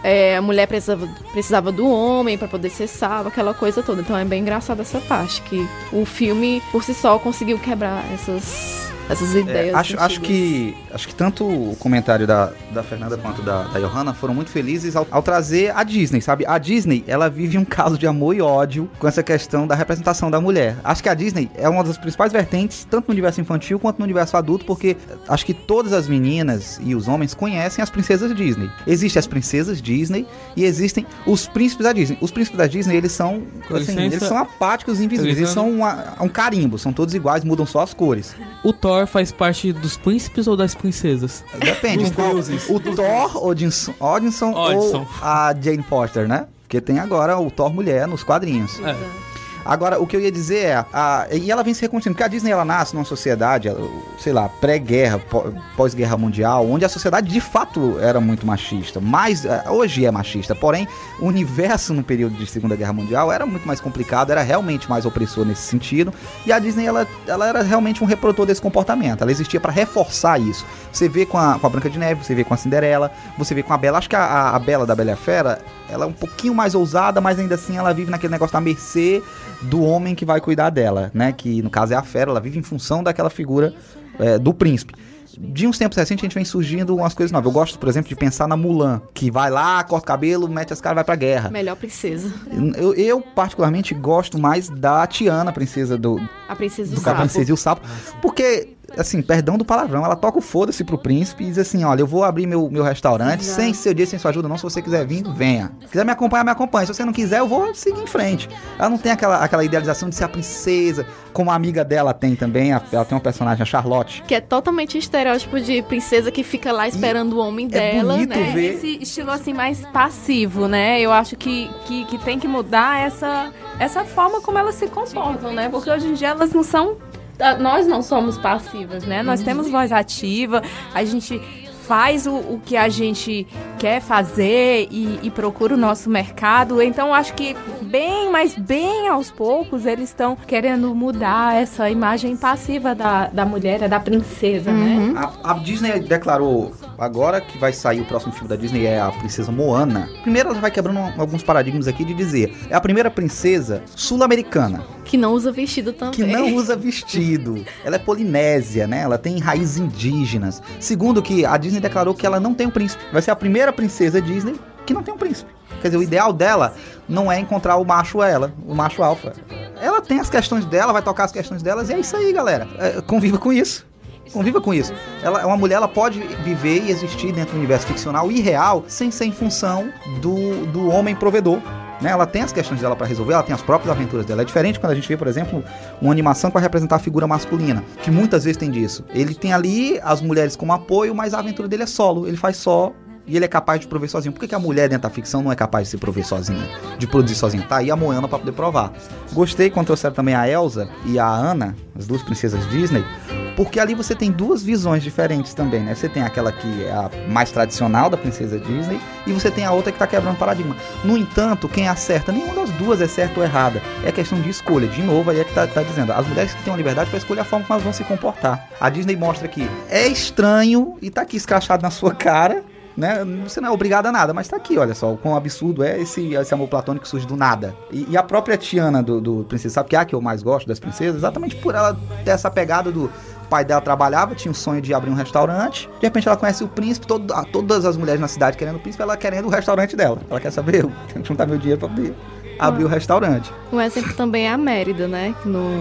a mulher precisava do homem pra poder ser salva, aquela coisa toda. Então é bem engraçado essa parte, que o filme, por si só, conseguiu quebrar essas ideias. Acho que tanto o comentário da Fernanda quanto da Johanna foram muito felizes ao trazer a Disney, sabe? A Disney, ela vive um caso de amor e ódio com essa questão da representação da mulher. Acho que a Disney é uma das principais vertentes, tanto no universo infantil quanto no universo adulto, porque acho que todas as meninas e os homens conhecem as princesas Disney. Existem as princesas Disney e existem os príncipes da Disney. Os príncipes da Disney, eles são, assim, eles são apáticos e invisíveis. Eles são um carimbo, são todos iguais, mudam só as cores. O Thor faz parte dos príncipes ou das princesas? Depende. O Thor, Odinson ou a Jane Foster, né? Porque tem agora o Thor mulher nos quadrinhos. Agora, o que eu ia dizer e ela vem se reconstruindo, porque a Disney, ela nasce numa sociedade, sei lá, pré-guerra, pós-guerra mundial, onde a sociedade de fato era muito machista, mas hoje é machista, porém, o universo no período de Segunda Guerra Mundial era muito mais complicado, era realmente mais opressor nesse sentido, e a Disney, ela era realmente um reprodutor desse comportamento, ela existia para reforçar isso. Você vê com a Branca de Neve, você vê com a Cinderela, você vê com a Bela, acho que a Bela da Bela e a Fera, ela é um pouquinho mais ousada, mas ainda assim ela vive naquele negócio da mercê do homem que vai cuidar dela, né? Que no caso é a Fera, ela vive em função daquela figura do príncipe. De uns tempos recentes a gente vem surgindo umas coisas novas. Eu gosto, por exemplo, de pensar na Mulan, que vai lá, corta o cabelo, mete as caras e vai pra guerra. Melhor princesa. Eu particularmente gosto mais da Tiana, princesa do Princesa e o Sapo, porque, assim, perdão do palavrão, ela toca o foda-se pro príncipe e diz assim, olha, eu vou abrir meu restaurante sem seu dia, sem sua ajuda, não, se você quiser vir, venha. Se quiser me acompanhar, me acompanhe. Se você não quiser, eu vou seguir em frente. Ela não tem aquela idealização de ser a princesa, como a amiga dela tem também, ela tem uma personagem, a Charlotte. Que é totalmente estereótipo de princesa que fica lá esperando o homem dela, bonito, né? ver. Esse estilo, assim, mais passivo, né? Eu acho que tem que mudar essa forma como elas se comportam, né? Porque hoje em dia elas não são... Nós não somos passivas, né? Nós temos voz ativa, a gente faz o que a gente quer fazer e procura o nosso mercado. Então, acho que bem aos poucos, eles estão querendo mudar essa imagem passiva da mulher, da princesa, né? A Disney declarou, agora que vai sair o próximo filme da Disney, é a princesa Moana. Primeiro, ela vai quebrando alguns paradigmas aqui de dizer, é a primeira princesa sul-americana. Que não usa vestido também. Que não usa vestido. Ela é polinésia, né? Ela tem raízes indígenas. Segundo, que a Disney declarou que ela não tem um príncipe. Vai ser a primeira princesa Disney que não tem um príncipe. Quer dizer, o ideal dela não é encontrar o macho alfa. Ela tem as questões dela, vai tocar as questões delas e é isso aí, galera. Conviva com isso. Conviva com isso. Uma mulher, ela pode viver e existir dentro do universo ficcional e real sem ser em função do homem provedor. Né? Ela tem as questões dela pra resolver, ela tem as próprias aventuras dela. É diferente quando a gente vê, por exemplo, uma animação que vai representar a figura masculina, que muitas vezes tem disso. Ele tem ali as mulheres como apoio, mas a aventura dele é solo. Ele faz só e ele é capaz de prover sozinho. Por que a mulher dentro da ficção não é capaz de se prover sozinha? De produzir sozinha? Tá aí a Moana pra poder provar. Gostei quando trouxeram também a Elsa e a Anna, as duas princesas Disney, porque ali você tem duas visões diferentes também, né? Você tem aquela que é a mais tradicional da princesa Disney e você tem a outra que tá quebrando paradigma. No entanto, quem acerta, nenhuma das duas é certa ou errada. É questão de escolha. De novo, aí é que tá dizendo. As mulheres que têm uma liberdade para escolher a forma como elas vão se comportar. A Disney mostra que é estranho e tá aqui escrachado na sua cara, né? Você não é obrigado a nada, mas tá aqui, olha só, o quão absurdo é esse amor platônico que surge do nada. E a própria Tiana do Princesa, sabe que é a que eu mais gosto das princesas? Exatamente por ela ter essa pegada do... O pai dela trabalhava, tinha um sonho de abrir um restaurante. De repente ela conhece o príncipe, todas as mulheres na cidade querendo o príncipe, ela querendo o restaurante dela. Ela quer saber, eu tenho que juntar meu dinheiro pra poder abrir o restaurante. Um exemplo também é a Mérida, né?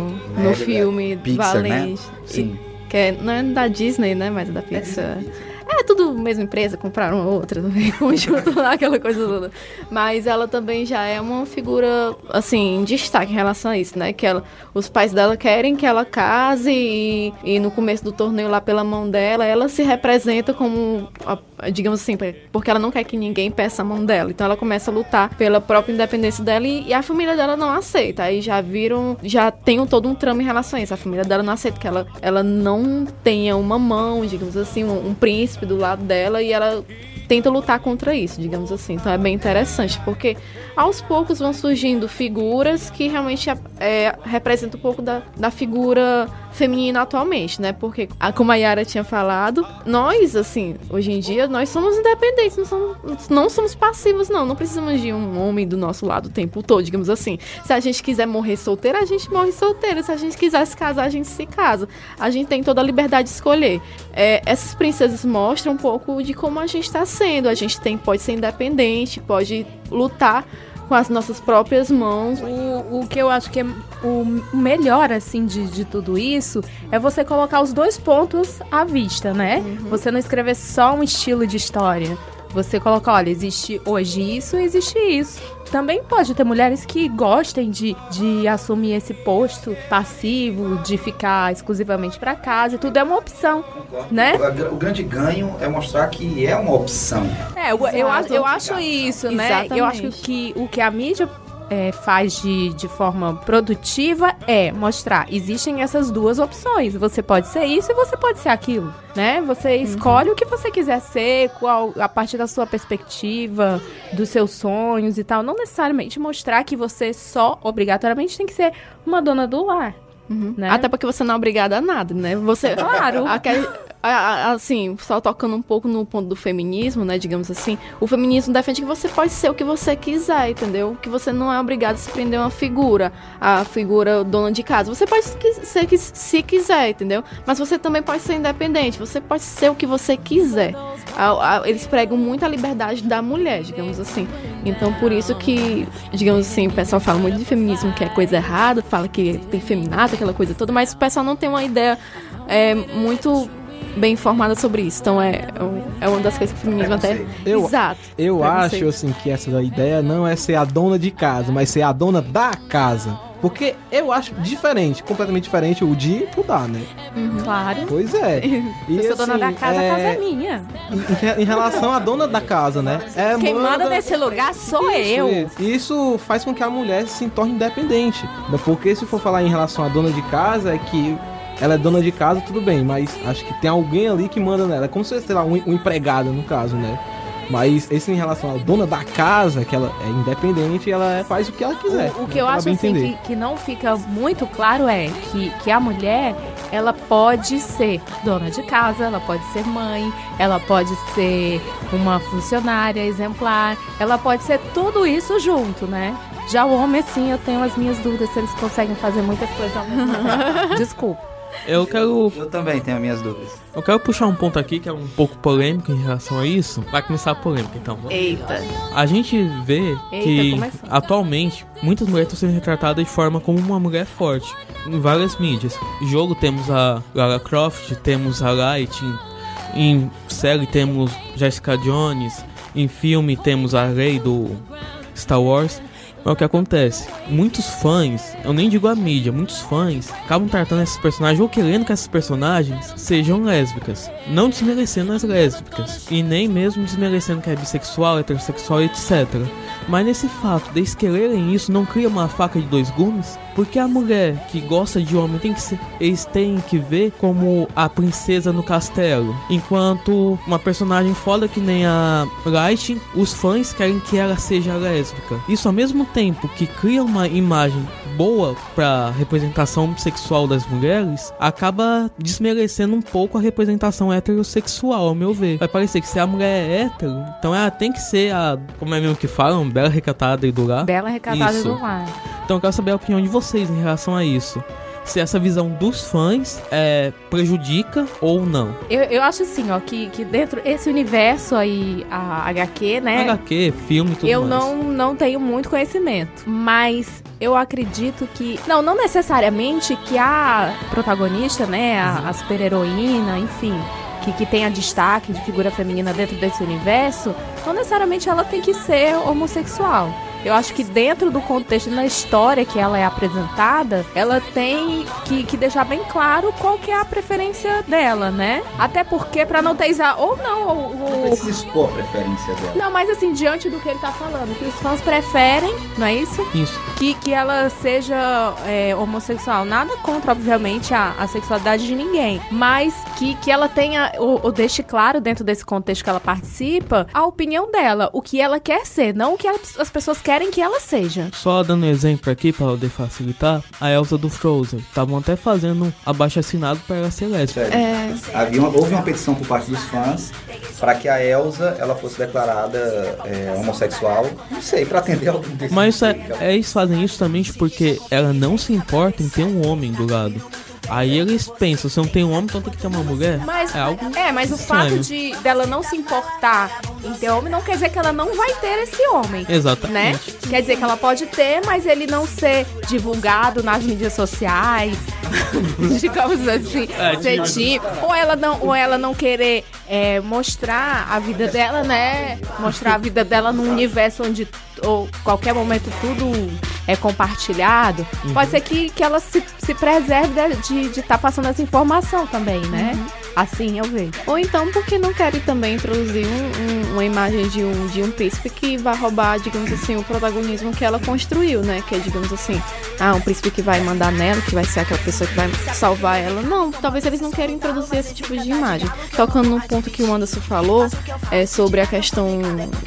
No filme Pixar, Valente. né? Sim. Que não é da Disney, né? Mas é da Pixar. É tudo mesma empresa, compraram outra em conjunto lá, aquela coisa toda. Mas ela também já é uma figura, assim, em destaque em relação a isso, né? Que os pais dela querem que ela case e no começo do torneio lá pela mão dela, ela se representa como, digamos assim, porque ela não quer que ninguém peça a mão dela. Então ela começa a lutar pela própria independência dela e a família dela não aceita. Aí já tem todo um trama em relação a isso. A família dela não aceita que ela não tenha uma mão, digamos assim, um príncipe do lado dela e ela tenta lutar contra isso, digamos assim. Então é bem interessante, porque aos poucos vão surgindo figuras que realmente representam um pouco da figura feminina atualmente, né? Porque, como a Yara tinha falado, nós, assim, hoje em dia, nós somos independentes, não somos passivos, não precisamos de um homem do nosso lado o tempo todo, digamos assim. Se a gente quiser morrer solteira, a gente morre solteira. Se a gente quiser se casar, a gente se casa. A gente tem toda a liberdade de escolher. Essas princesas mostram um pouco de como a gente está sendo. A gente pode ser independente, pode lutar com as nossas próprias mãos. O que eu acho que é o melhor, assim, de tudo isso é você colocar os dois pontos à vista, né? Você não escrever só um estilo de história. Você coloca, olha, existe hoje isso, existe isso. Também pode ter mulheres que gostem de assumir esse posto passivo, de ficar exclusivamente para casa, e tudo é uma opção, né? O grande ganho é mostrar que é uma opção. Eu acho isso, né? Exatamente. Eu acho que o que a mídia faz de forma produtiva é mostrar, existem essas duas opções. Você pode ser isso e você pode ser aquilo, né? Você escolhe o que você quiser ser, a partir da sua perspectiva, dos seus sonhos e tal. Não necessariamente mostrar que você só, obrigatoriamente, tem que ser uma dona do lar. Né? Até porque você não é obrigada a nada, né? Você, claro. Assim, só tocando um pouco no ponto do feminismo, né, digamos assim, o feminismo defende que você pode ser o que você quiser, entendeu? Que você não é obrigado a se prender a uma figura, a figura dona de casa. Você pode ser se quiser, entendeu? Mas você também pode ser independente, você pode ser o que você quiser. Eles pregam muito a liberdade da mulher, digamos assim. Então, por isso que, digamos assim, o pessoal fala muito de feminismo, que é coisa errada, fala que tem feminazi, aquela coisa toda, mas o pessoal não tem uma ideia muito bem informada sobre isso. Então é uma das coisas que o feminismo até... Exato. Eu acho, assim, que essa ideia não é ser a dona de casa, mas ser a dona da casa. Porque eu acho diferente, completamente diferente o de mudar, né? Claro. Pois é. E, eu sou dona da casa, a casa é minha. Em relação à dona da casa, né? Quem manda nesse lugar sou eu. Isso faz com que a mulher se torne independente. Porque se for falar em relação à dona de casa, é que ela é dona de casa, tudo bem, mas acho que tem alguém ali que manda nela. É como se fosse, sei lá, um empregado, no caso, né? Mas esse em relação à dona da casa, que ela é independente e ela faz o que ela quiser. O que eu acho assim, que não fica muito claro é que a mulher, ela pode ser dona de casa, ela pode ser mãe, ela pode ser uma funcionária exemplar, ela pode ser tudo isso junto, né? Já o homem, assim, eu tenho as minhas dúvidas se eles conseguem fazer muitas coisas ao mesmo tempo. Desculpa. Eu também tenho as minhas dúvidas. Eu quero puxar um ponto aqui que é um pouco polêmico em relação a isso. Vai começar a polêmica, então. Eita. A gente vê que atualmente muitas mulheres estão sendo retratadas de forma como uma mulher forte em várias mídias. Em jogo temos a Lara Croft, temos a Light, em série temos Jessica Jones, em filme temos a Rey do Star Wars. Mas o que acontece? muitos fãs, eu nem digo a mídia, muitos fãs acabam tratando esses personagens ou querendo que essas personagens sejam lésbicas, não desmerecendo as lésbicas e nem mesmo desmerecendo que é bissexual, heterossexual, etc. Mas nesse fato de eles quererem isso, não cria uma faca de dois gumes? Porque a mulher que gosta de homem eles têm que ver como a princesa no castelo, enquanto uma personagem foda que nem a Light, os fãs querem que ela seja lésbica. Isso ao mesmo tempo que cria uma imagem boa pra representação sexual das mulheres, acaba desmerecendo um pouco a representação heterossexual, ao meu ver. Vai parecer que se a mulher é hétero, então ela tem que ser a, como é mesmo que falam, bela, recatada e do lar. Bela, recatada e Isso. do lar. Então eu quero saber a opinião de vocês em relação a isso. Se essa visão dos fãs prejudica ou não. Eu acho assim, ó, que dentro desse universo aí, a HQ, né? HQ, filme e tudo Eu mais. não tenho muito conhecimento, mas eu acredito que... Não necessariamente que a protagonista, né, a super-heroína, enfim, que tenha destaque de figura feminina dentro desse universo, não necessariamente ela tem que ser homossexual. Eu acho que dentro do contexto, na história que ela é apresentada, ela tem que deixar bem claro qual que é a preferência dela, né? Até porque, pra não ter... Ou não, Não precisa expor a preferência dela. Não, mas assim, diante do que ele tá falando, que os fãs preferem, não é isso? Isso. Que ela seja homossexual. Nada contra, obviamente, a sexualidade de ninguém. Mas que ela tenha, ou deixe claro dentro desse contexto que ela participa, a opinião dela, o que ela quer ser, não o que as pessoas querem que ela seja. Só dando um exemplo aqui para poder facilitar, a Elsa do Frozen. Estavam até fazendo abaixo-assinado para ela ser lésbica. Sério. Houve uma petição por parte dos fãs para que a Elsa ela fosse declarada homossexual. Não sei, para atender algum desses. Mas eles fazem isso também porque ela não se importa em ter um homem do lado. Aí eles pensam, se não tem um homem, então tem que ter uma mulher. Mas, é algo mas o estranho. fato dela não se importar em ter homem não quer dizer que ela não vai ter esse homem. Exatamente. Né? Quer dizer que ela pode ter, mas ele não ser divulgado nas mídias sociais, digamos assim, ser tipo, ou ela não querer mostrar a vida dela, né? Mostrar a vida dela num universo onde qualquer momento tudo é compartilhado. Pode ser que ela se preserve de estar passando essa informação também, né? Assim eu vejo. Ou então porque não querem também introduzir uma imagem de um príncipe que vai roubar, digamos assim, o protagonismo que ela construiu, né? Que é, digamos assim, um príncipe que vai mandar nela, que vai ser aquela pessoa que vai salvar ela. Não, talvez eles não querem introduzir esse tipo de imagem. Tocando no ponto que o Anderson falou, sobre a questão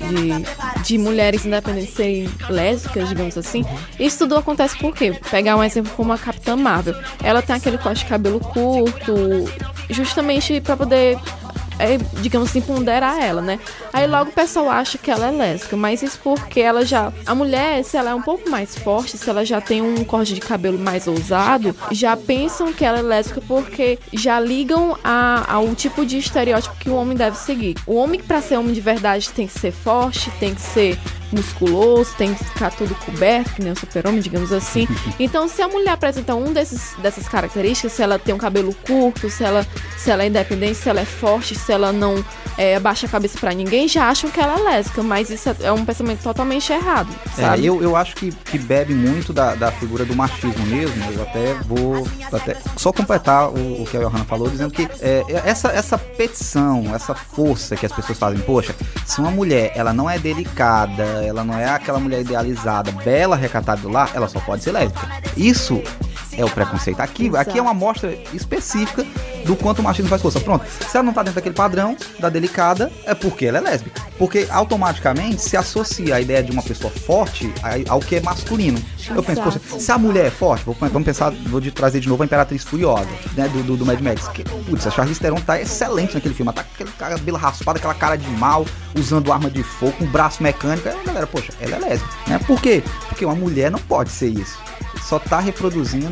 de mulheres independentes serem lésbicas, digamos assim. Isso tudo acontece por quê? Pegar um exemplo como a Capitã Marvel. Ela tem aquele corte de cabelo curto, justamente pra poder, digamos assim, ponderar ela, né? Aí logo o pessoal acha que ela é lésbica, mas isso porque a mulher, se ela é um pouco mais forte, se ela já tem um corte de cabelo mais ousado, já pensam que ela é lésbica porque já ligam ao tipo de estereótipo que o homem deve seguir. O homem, pra ser homem de verdade, tem que ser forte, tem que ser musculoso, tem que ficar tudo coberto, que nem um super-homem, digamos assim. Então, se a mulher apresenta dessas características, se ela tem um cabelo curto, se ela é independente, se ela é forte, se ela não abaixa a cabeça pra ninguém, já acham que ela é lésbica, mas isso é um pensamento totalmente errado, sabe? Eu acho que bebe muito da figura do machismo mesmo. Eu até vou só completar o que a Johanna falou, dizendo que essa petição, essa força que as pessoas fazem, poxa, se uma mulher, ela não é delicada, ela não é aquela mulher idealizada, bela, recatada do lar, ela só pode ser lésbica. Isso é o preconceito. Aqui é uma amostra específica do quanto o machismo faz força. Pronto, se ela não tá dentro daquele padrão da delicada, é porque ela é lésbica. Porque automaticamente se associa a ideia de uma pessoa forte ao que é masculino. Eu penso, poxa, se a mulher é forte, vamos pensar, vou trazer de novo a Imperatriz Furiosa, né, do Mad Max. Putz, a Charlize Theron tá excelente naquele filme. Ela tá com aquele cabelo raspado, aquela cara de mal, usando arma de fogo, um braço mecânico. Aí a galera, poxa, ela é lésbica, né? Por quê? Porque uma mulher não pode ser isso. Só tá reproduzindo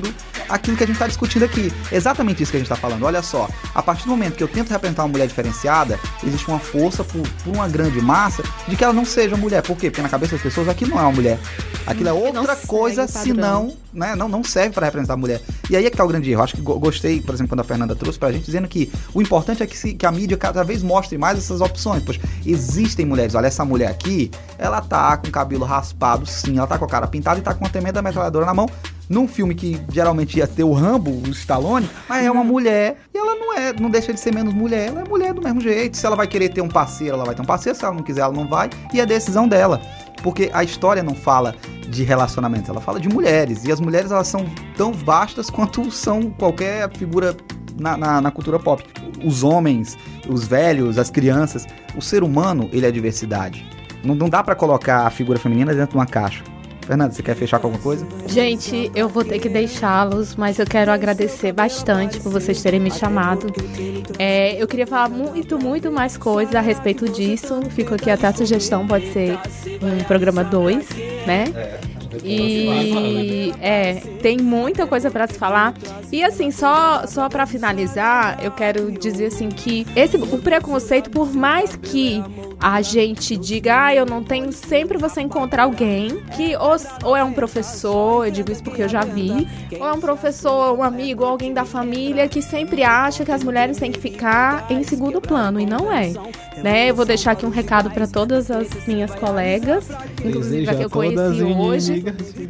aquilo que a gente tá discutindo aqui. Exatamente isso que a gente tá falando. Olha só, a partir do momento que eu tento representar uma mulher diferenciada, existe uma força por uma grande massa de que ela não seja mulher. Por quê? Porque na cabeça das pessoas aquilo não é uma mulher. Aquilo é outra coisa, senão, né, não serve para representar a mulher. E aí é que tá o grande erro. Acho que gostei, por exemplo, quando a Fernanda trouxe pra gente, dizendo que o importante é que a mídia cada vez mostre mais essas opções. Pois existem mulheres, olha, essa mulher aqui, ela tá com o cabelo raspado, sim, ela tá com a cara pintada e tá com uma tremenda metralhadora na mão, num filme que geralmente ia ter o Rambo, o Stallone, mas é uma mulher e ela não deixa de ser menos mulher, ela é mulher do mesmo jeito. Se ela vai querer ter um parceiro, ela vai ter um parceiro, se ela não quiser, ela não vai, e é decisão dela. Porque a história não fala de relacionamentos, ela fala de mulheres, e as mulheres elas são tão vastas quanto são qualquer figura na cultura pop. Os homens, os velhos, as crianças, o ser humano, ele é diversidade. Não dá pra colocar a figura feminina dentro de uma caixa. Fernanda, você quer fechar com alguma coisa? Gente, eu vou ter que deixá-los, mas eu quero agradecer bastante por vocês terem me chamado. Eu queria falar muito mais coisas a respeito disso. Fico aqui até a sugestão, pode ser um programa 2, né? E tem muita coisa pra se falar. E assim, só pra finalizar, eu quero dizer assim que o preconceito, por mais que a gente diga, eu não tenho, sempre você encontra alguém que ou é um professor, eu digo isso porque eu já vi, ou é um professor, um amigo, ou alguém da família que sempre acha que as mulheres têm que ficar em segundo plano, e não é, né? Eu vou deixar aqui um recado para todas as minhas colegas, inclusive a que eu conheci hoje.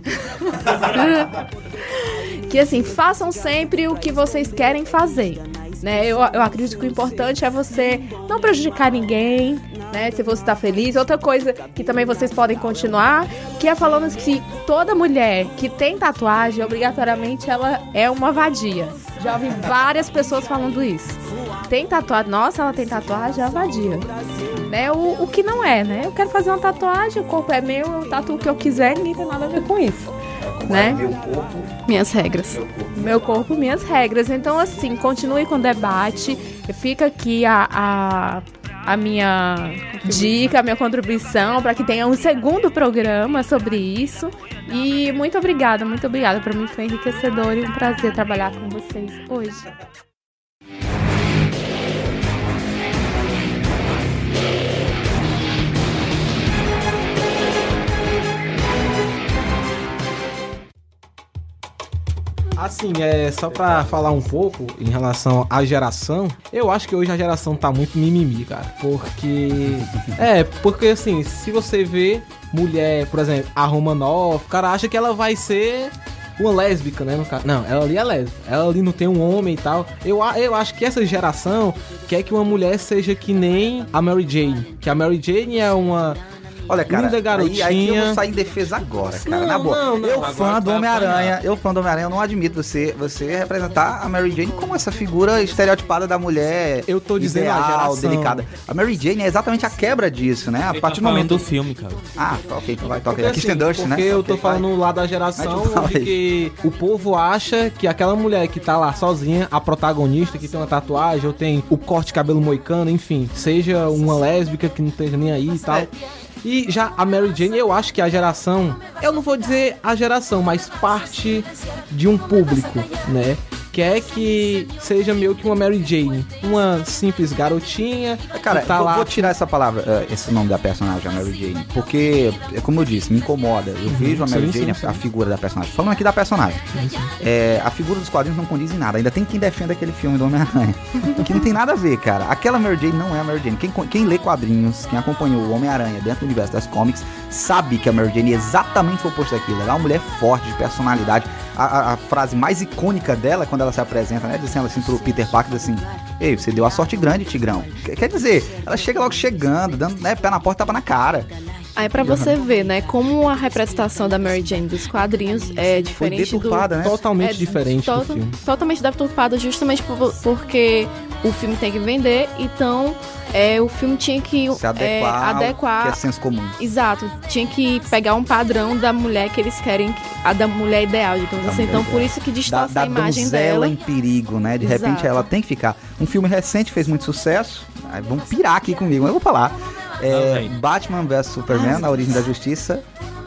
Que assim, façam sempre o que vocês querem fazer, né? Eu acredito que o importante é você não prejudicar ninguém, né? Se você tá feliz. Outra coisa que também vocês podem continuar, que é falando que toda mulher que tem tatuagem, obrigatoriamente ela é uma vadia. Já ouvi várias pessoas falando isso. Tem tatuagem, nossa, ela tem tatuagem, é uma vadia, né? O que não é, né? Eu quero fazer uma tatuagem, o corpo é meu, eu tatuo o que eu quiser, ninguém tem nada a ver com isso, né? Meu corpo, minhas regras. Meu corpo, minhas regras. Então, assim, continue com o debate. Fica aqui a minha dica, a minha contribuição para que tenha um segundo programa sobre isso. E muito obrigada. Para mim foi enriquecedor e um prazer trabalhar com vocês hoje. Assim, só pra falar um pouco em relação à geração, eu acho que hoje a geração tá muito mimimi, cara. Porque assim, se você vê mulher, por exemplo, a Romanoff, o cara acha que ela vai ser uma lésbica, né? Não, ela ali é lésbica. Ela ali não tem um homem e tal. Eu acho que essa geração quer que uma mulher seja que nem a Mary Jane. Que a Mary Jane é uma... Olha, cara, linda garotinha. Aí eu vou sair em defesa agora, cara. Na boa. Eu fã do Homem-Aranha, eu não admito você representar a Mary Jane como essa figura estereotipada da mulher. Eu tô dizendo ideal, a geração delicada. A Mary Jane é exatamente a quebra disso, né? A partir do momento do filme, cara. Ah, ok, então vai, toca aí. Aqui assim, Dust, né? Porque eu tô falando lá da geração de que o povo acha que aquela mulher que tá lá sozinha, a protagonista que tem uma tatuagem, ou tem o corte de cabelo moicano, enfim, seja uma lésbica que não esteja nem aí e tal. E já a Mary Jane, eu acho que a geração, eu não vou dizer a geração, mas parte de um público, né? Quer que seja meio que uma Mary Jane, uma simples garotinha. Cara, tá lá... vou tirar essa palavra, esse nome da personagem, a Mary Jane, porque, como eu disse, me incomoda. Eu vejo a Mary Jane, a figura da personagem. Falando aqui da personagem. A figura dos quadrinhos não condiz em nada. Ainda tem quem defenda aquele filme do Homem-Aranha. Que não tem nada a ver, cara. Aquela Mary Jane não é a Mary Jane. Quem lê quadrinhos, quem acompanhou o Homem-Aranha dentro do universo das comics, sabe que a Mary Jane é exatamente o oposto daquilo. Ela é uma mulher forte, de personalidade. A frase mais icônica dela, quando ela se apresenta, né, dizendo assim pro Peter Parker, assim: ei, você deu a sorte grande, Tigrão. Quer dizer, ela chega logo chegando, dando, né, pé na porta, tapa na cara. Aí pra você ver, né, como a representação da Mary Jane dos quadrinhos é diferente deturpada, né? Totalmente diferente do filme. Totalmente deturpada, justamente porque o filme tem que vender, então o filme tinha que se adequar, que é senso comum. Exato, tinha que pegar um padrão da mulher que eles querem, a da mulher ideal, digamos assim. Então por isso que distorce a imagem dela. Em perigo, né? De repente ela tem que ficar. Um filme recente fez muito sucesso. Aí vamos pirar aqui comigo, mas eu vou falar. Batman vs Superman, A Origem da Justiça.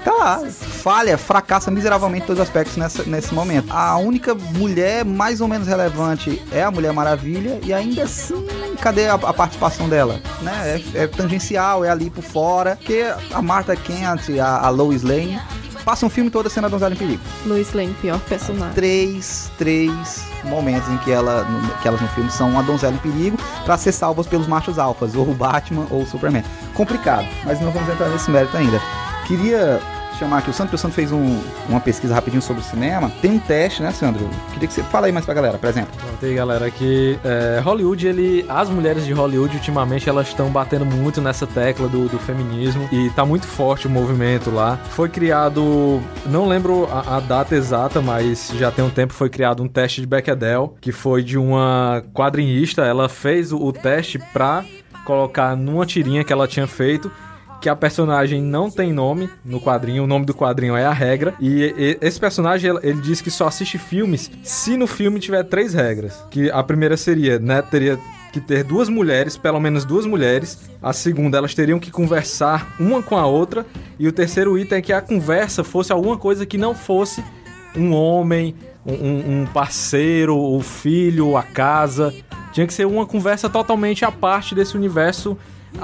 fracassa miseravelmente em todos os aspectos nesse momento. A única mulher mais ou menos relevante é a Mulher Maravilha, e ainda assim, cadê a participação dela? Né? É tangencial, é ali por fora, porque a Martha Kent, a Lois Lane, passa um filme todo sendo a donzela em perigo. Lois Lane, pior personagem. Três momentos em que elas no filme são uma donzela em perigo pra ser salvas pelos machos alfas, ou o Batman ou o Superman. Complicado, mas não vamos entrar nesse mérito ainda. Queria chamar aqui o Sandro, porque o Sandro fez uma pesquisa rapidinho sobre o cinema. Tem um teste, né, Sandro? Queria que você fala aí mais pra galera, por exemplo. Pronto aí, galera, que Hollywood, as mulheres de Hollywood, ultimamente, elas estão batendo muito nessa tecla do feminismo, e tá muito forte o movimento lá. Foi criado, não lembro a data exata, mas já tem um tempo, foi criado um teste de Bechdel, que foi de uma quadrinista. Ela fez o teste pra colocar numa tirinha que ela tinha feito, que a personagem não tem nome no quadrinho, o nome do quadrinho é a regra, e esse personagem, ele diz que só assiste filmes se no filme tiver 3 regras, que a primeira seria, né, teria que ter 2 mulheres, pelo menos 2 mulheres, a segunda, elas teriam que conversar uma com a outra, e o terceiro item é que a conversa fosse alguma coisa que não fosse um homem, um parceiro, o filho, a casa, tinha que ser uma conversa totalmente à parte desse universo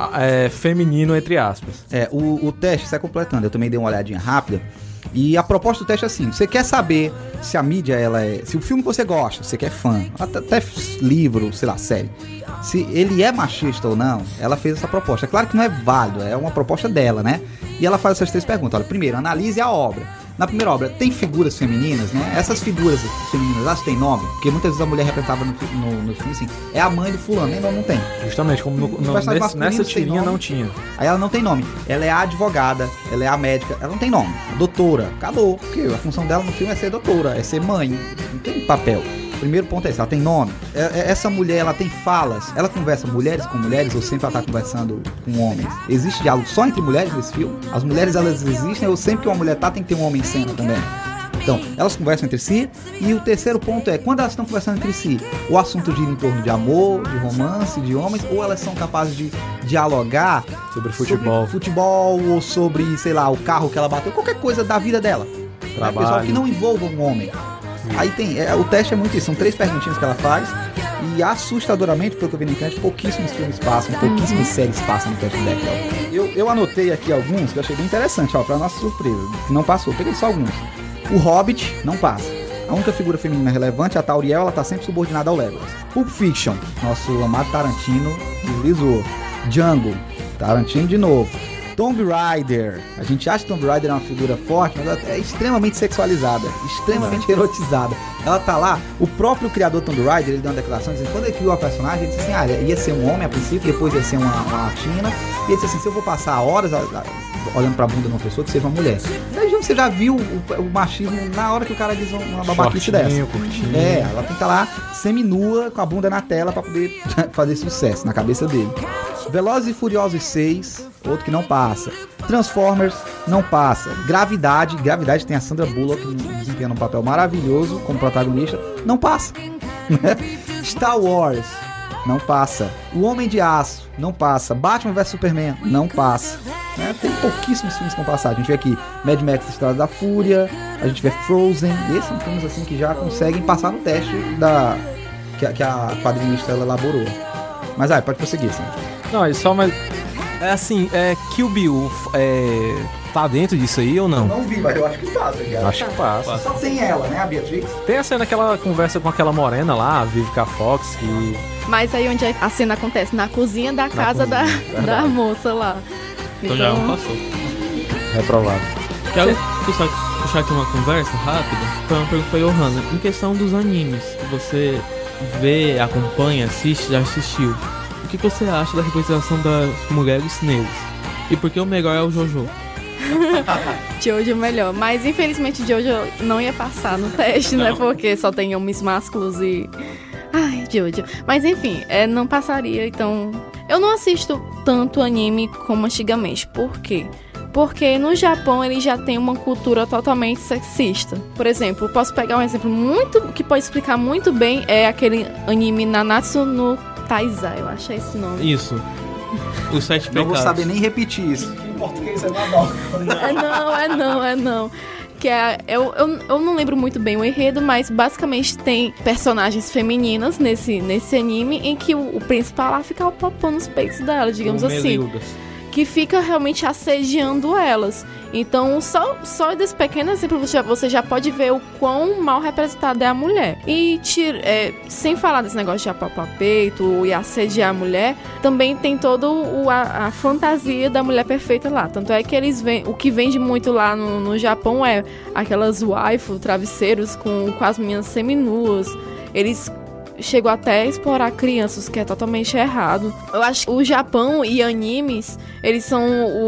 feminino, entre aspas. O teste, sai completando, eu também dei uma olhadinha rápida, e a proposta do teste é assim: você quer saber se a mídia, se o filme que você gosta, você que é fã, até livro, sei lá, série, se ele é machista ou não. Ela fez essa proposta. É claro que não é válido, é uma proposta dela, né? E ela faz essas 3 perguntas. Olha, primeiro, analise a obra. Na primeira obra, tem figuras femininas, né? Essas figuras femininas, elas têm nome? Porque muitas vezes a mulher representava no filme assim, é a mãe do fulano, nem nome não tem. Justamente, como nessa tirinha não tinha. Aí ela não tem nome. Ela é a advogada, ela é a médica, ela não tem nome. A doutora, acabou. Porque a função dela no filme é ser doutora, é ser mãe, não tem papel. O primeiro ponto é esse, ela tem nome. Essa mulher, ela tem falas, ela conversa mulheres com mulheres, ou sempre ela tá conversando com homens? Existe diálogo só entre mulheres nesse filme? As mulheres, elas existem, ou sempre que uma mulher tem que ter um homem em cena também? Então, elas conversam entre si. E o terceiro ponto é, quando elas estão conversando entre si, o assunto gira em torno de amor, de romance, de homens, ou elas são capazes de dialogar sobre futebol, ou sobre, sei lá, o carro que ela bateu, qualquer coisa da vida dela. Trabalho. Pessoal que não envolva um homem. Aí tem, o teste é muito isso, são 3 perguntinhas que ela faz, e assustadoramente, pelo que eu vi na internet, pouquíssimos filmes passam, pouquíssimas séries passam no teste do Bechdel. Eu anotei aqui alguns que eu achei bem interessante, ó, pra nossa surpresa, que não passou, peguei só alguns. O Hobbit não passa. A única figura feminina relevante, a Tauriel, ela tá sempre subordinada ao Legolas. Pulp Fiction, nosso amado Tarantino deslizou. Django, Tarantino de novo. Tomb Raider, a gente acha que Tomb Raider é uma figura forte, mas ela é extremamente sexualizada, extremamente erotizada. Ela tá lá, o próprio criador Tomb Raider, ele deu uma declaração dizendo, quando ele criou a personagem, ele disse assim, ia ser um homem a princípio, depois ia ser uma latina, e ele disse assim, se eu vou passar horas olhando pra bunda de uma pessoa, que seja uma mulher. Daí você já viu o machismo na hora que o cara diz uma babaquice dessa. Curtinho. Ela tem que estar lá seminua, com a bunda na tela, pra poder fazer sucesso na cabeça dele. Velozes e Furiosos 6, outro que não passa. Transformers, não passa. Gravidade tem a Sandra Bullock desempenhando um papel maravilhoso como protagonista, não passa. Star Wars, não passa. O Homem de Aço, não passa. Batman vs Superman, não passa. Tem pouquíssimos filmes que vão passar. A gente vê aqui Mad Max Estrada da Fúria, a gente vê Frozen. Esses são filmes assim que já conseguem passar no teste que a quadrinista ela elaborou. Mas pode prosseguir, sim. Não, é só mais... É assim, Kill Bill tá dentro disso aí ou não? Eu não vi, mas eu acho que passa, cara. Acho que passa. Só tem ela, né, a Beatrix? Tem a cena que ela conversa com aquela morena lá, a Vivica Fox, que... Mas aí onde a cena acontece? Na cozinha da casa da moça lá. Então já não passou. Reprovado. Quero puxar aqui uma conversa rápida pra uma pergunta pra Johanna. Em questão dos animes, você vê, acompanha, assiste, já assistiu. O que você acha da representação das mulheres negras? E por que o melhor é o Jojo? Jojo é melhor, mas infelizmente Jojo não ia passar no teste, né? Porque só tem homens másculos e... Ai, Jojo. Mas enfim, não passaria, então... Eu não assisto tanto anime como antigamente. Por quê? Porque no Japão ele já tem uma cultura totalmente sexista. Por exemplo, posso pegar um exemplo que pode explicar muito bem, é aquele anime Nanatsu no Taizai, eu acho esse nome. Isso. Os 7 pecados. Não vou saber nem repetir isso. português é Madoka. É não. Que eu não lembro muito bem o enredo, mas basicamente tem personagens femininas nesse anime em que o principal lá fica popando os peitos dela, digamos assim. Melildas. Que fica realmente assediando elas. Então, só desse pequeno exemplo você já pode ver o quão mal representada é a mulher. E sem falar desse negócio de apalpar peito e assediar a mulher, também tem toda a fantasia da mulher perfeita lá. Tanto é que o que vende muito lá no Japão é aquelas waifu, travesseiros com as meninas seminuas. Eles chegou até a explorar crianças, que é totalmente errado. Eu acho que o Japão e animes, eles são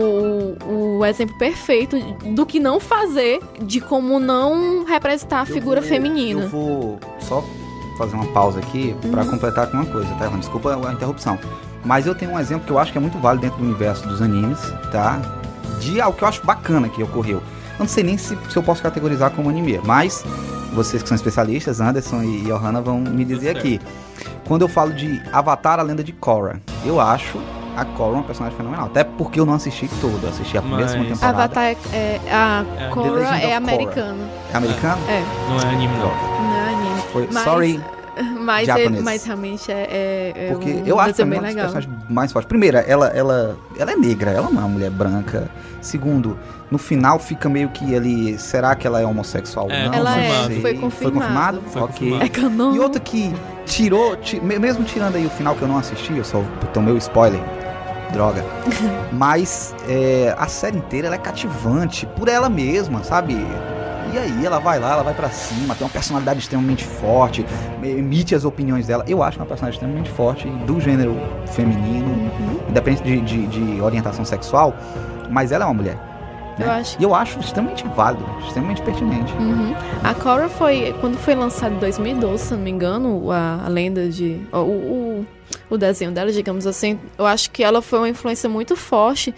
o exemplo perfeito do que não fazer, de como não representar a figura feminina. Eu vou só fazer uma pausa aqui pra completar com uma coisa, tá? Desculpa a interrupção. Mas eu tenho um exemplo que eu acho que é muito válido dentro do universo dos animes, tá? De algo que eu acho bacana que ocorreu. Eu não sei nem se eu posso categorizar como anime, mas vocês que são especialistas, Anderson e Johanna, vão me dizer aqui. Quando eu falo de Avatar, a Lenda de Korra, eu acho a Korra uma personagem fenomenal. Até porque eu não assisti todo, eu assisti a primeira e segunda temporada. Avatar a Korra é americana. É americano? É. Não é anime, não. Não é anime. Sorry. Mas realmente é porque eu acho que é uma das personagens mais fortes. Primeiro, ela é negra, ela não é uma mulher branca. Segundo, no final fica meio que ali, será que ela é homossexual? Não, ela Foi foi confirmado. confirmado? Foi ok. confirmado. E outra que mesmo tirando aí o final que eu não assisti, eu só tomei o spoiler, droga. Mas a série inteira ela é cativante por ela mesma, sabe? E aí ela vai lá, ela vai pra cima, tem uma personalidade extremamente forte, emite as opiniões dela. Eu acho uma personagem extremamente forte do gênero feminino, independente de orientação sexual, mas ela é uma mulher. Né? E eu acho extremamente válido, extremamente pertinente. A Korra quando foi lançada em 2012, se não me engano, a lenda de... o desenho dela, digamos assim, eu acho que ela foi uma influência muito forte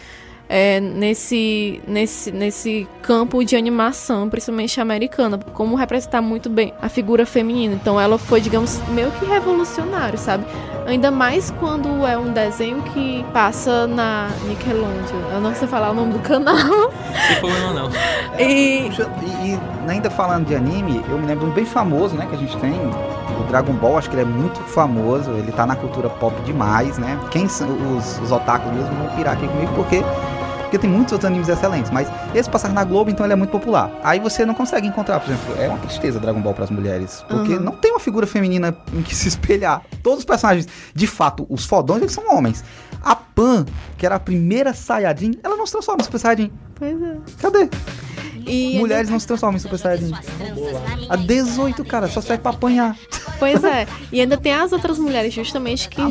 nesse campo de animação, principalmente americana, como representar muito bem a figura feminina. Então ela foi, digamos, meio que revolucionário, sabe? Ainda mais quando é um desenho que passa na Nickelodeon. Eu não sei falar o nome do canal. Não problema não. E ainda falando de anime, eu me lembro de um bem famoso, né, que a gente tem, o Dragon Ball. Acho que ele é muito famoso, ele tá na cultura pop demais, né? Os otakus mesmo vão pirar aqui comigo, porque tem muitos outros animes excelentes, mas esse passar na Globo, então ele é muito popular. Aí você não consegue encontrar, por exemplo, é uma tristeza Dragon Ball pras mulheres, porque não tem uma figura feminina em que se espelhar. Todos os personagens, de fato, os fodões, eles são homens. A Pan, que era a primeira Saiyajin, ela não se transforma em Super Saiyajin. Pois é. Cadê? Mulheres não se transformam em Super Saiyajin. A 18, cara, só serve pra apanhar. Pois é. E ainda tem as outras mulheres justamente que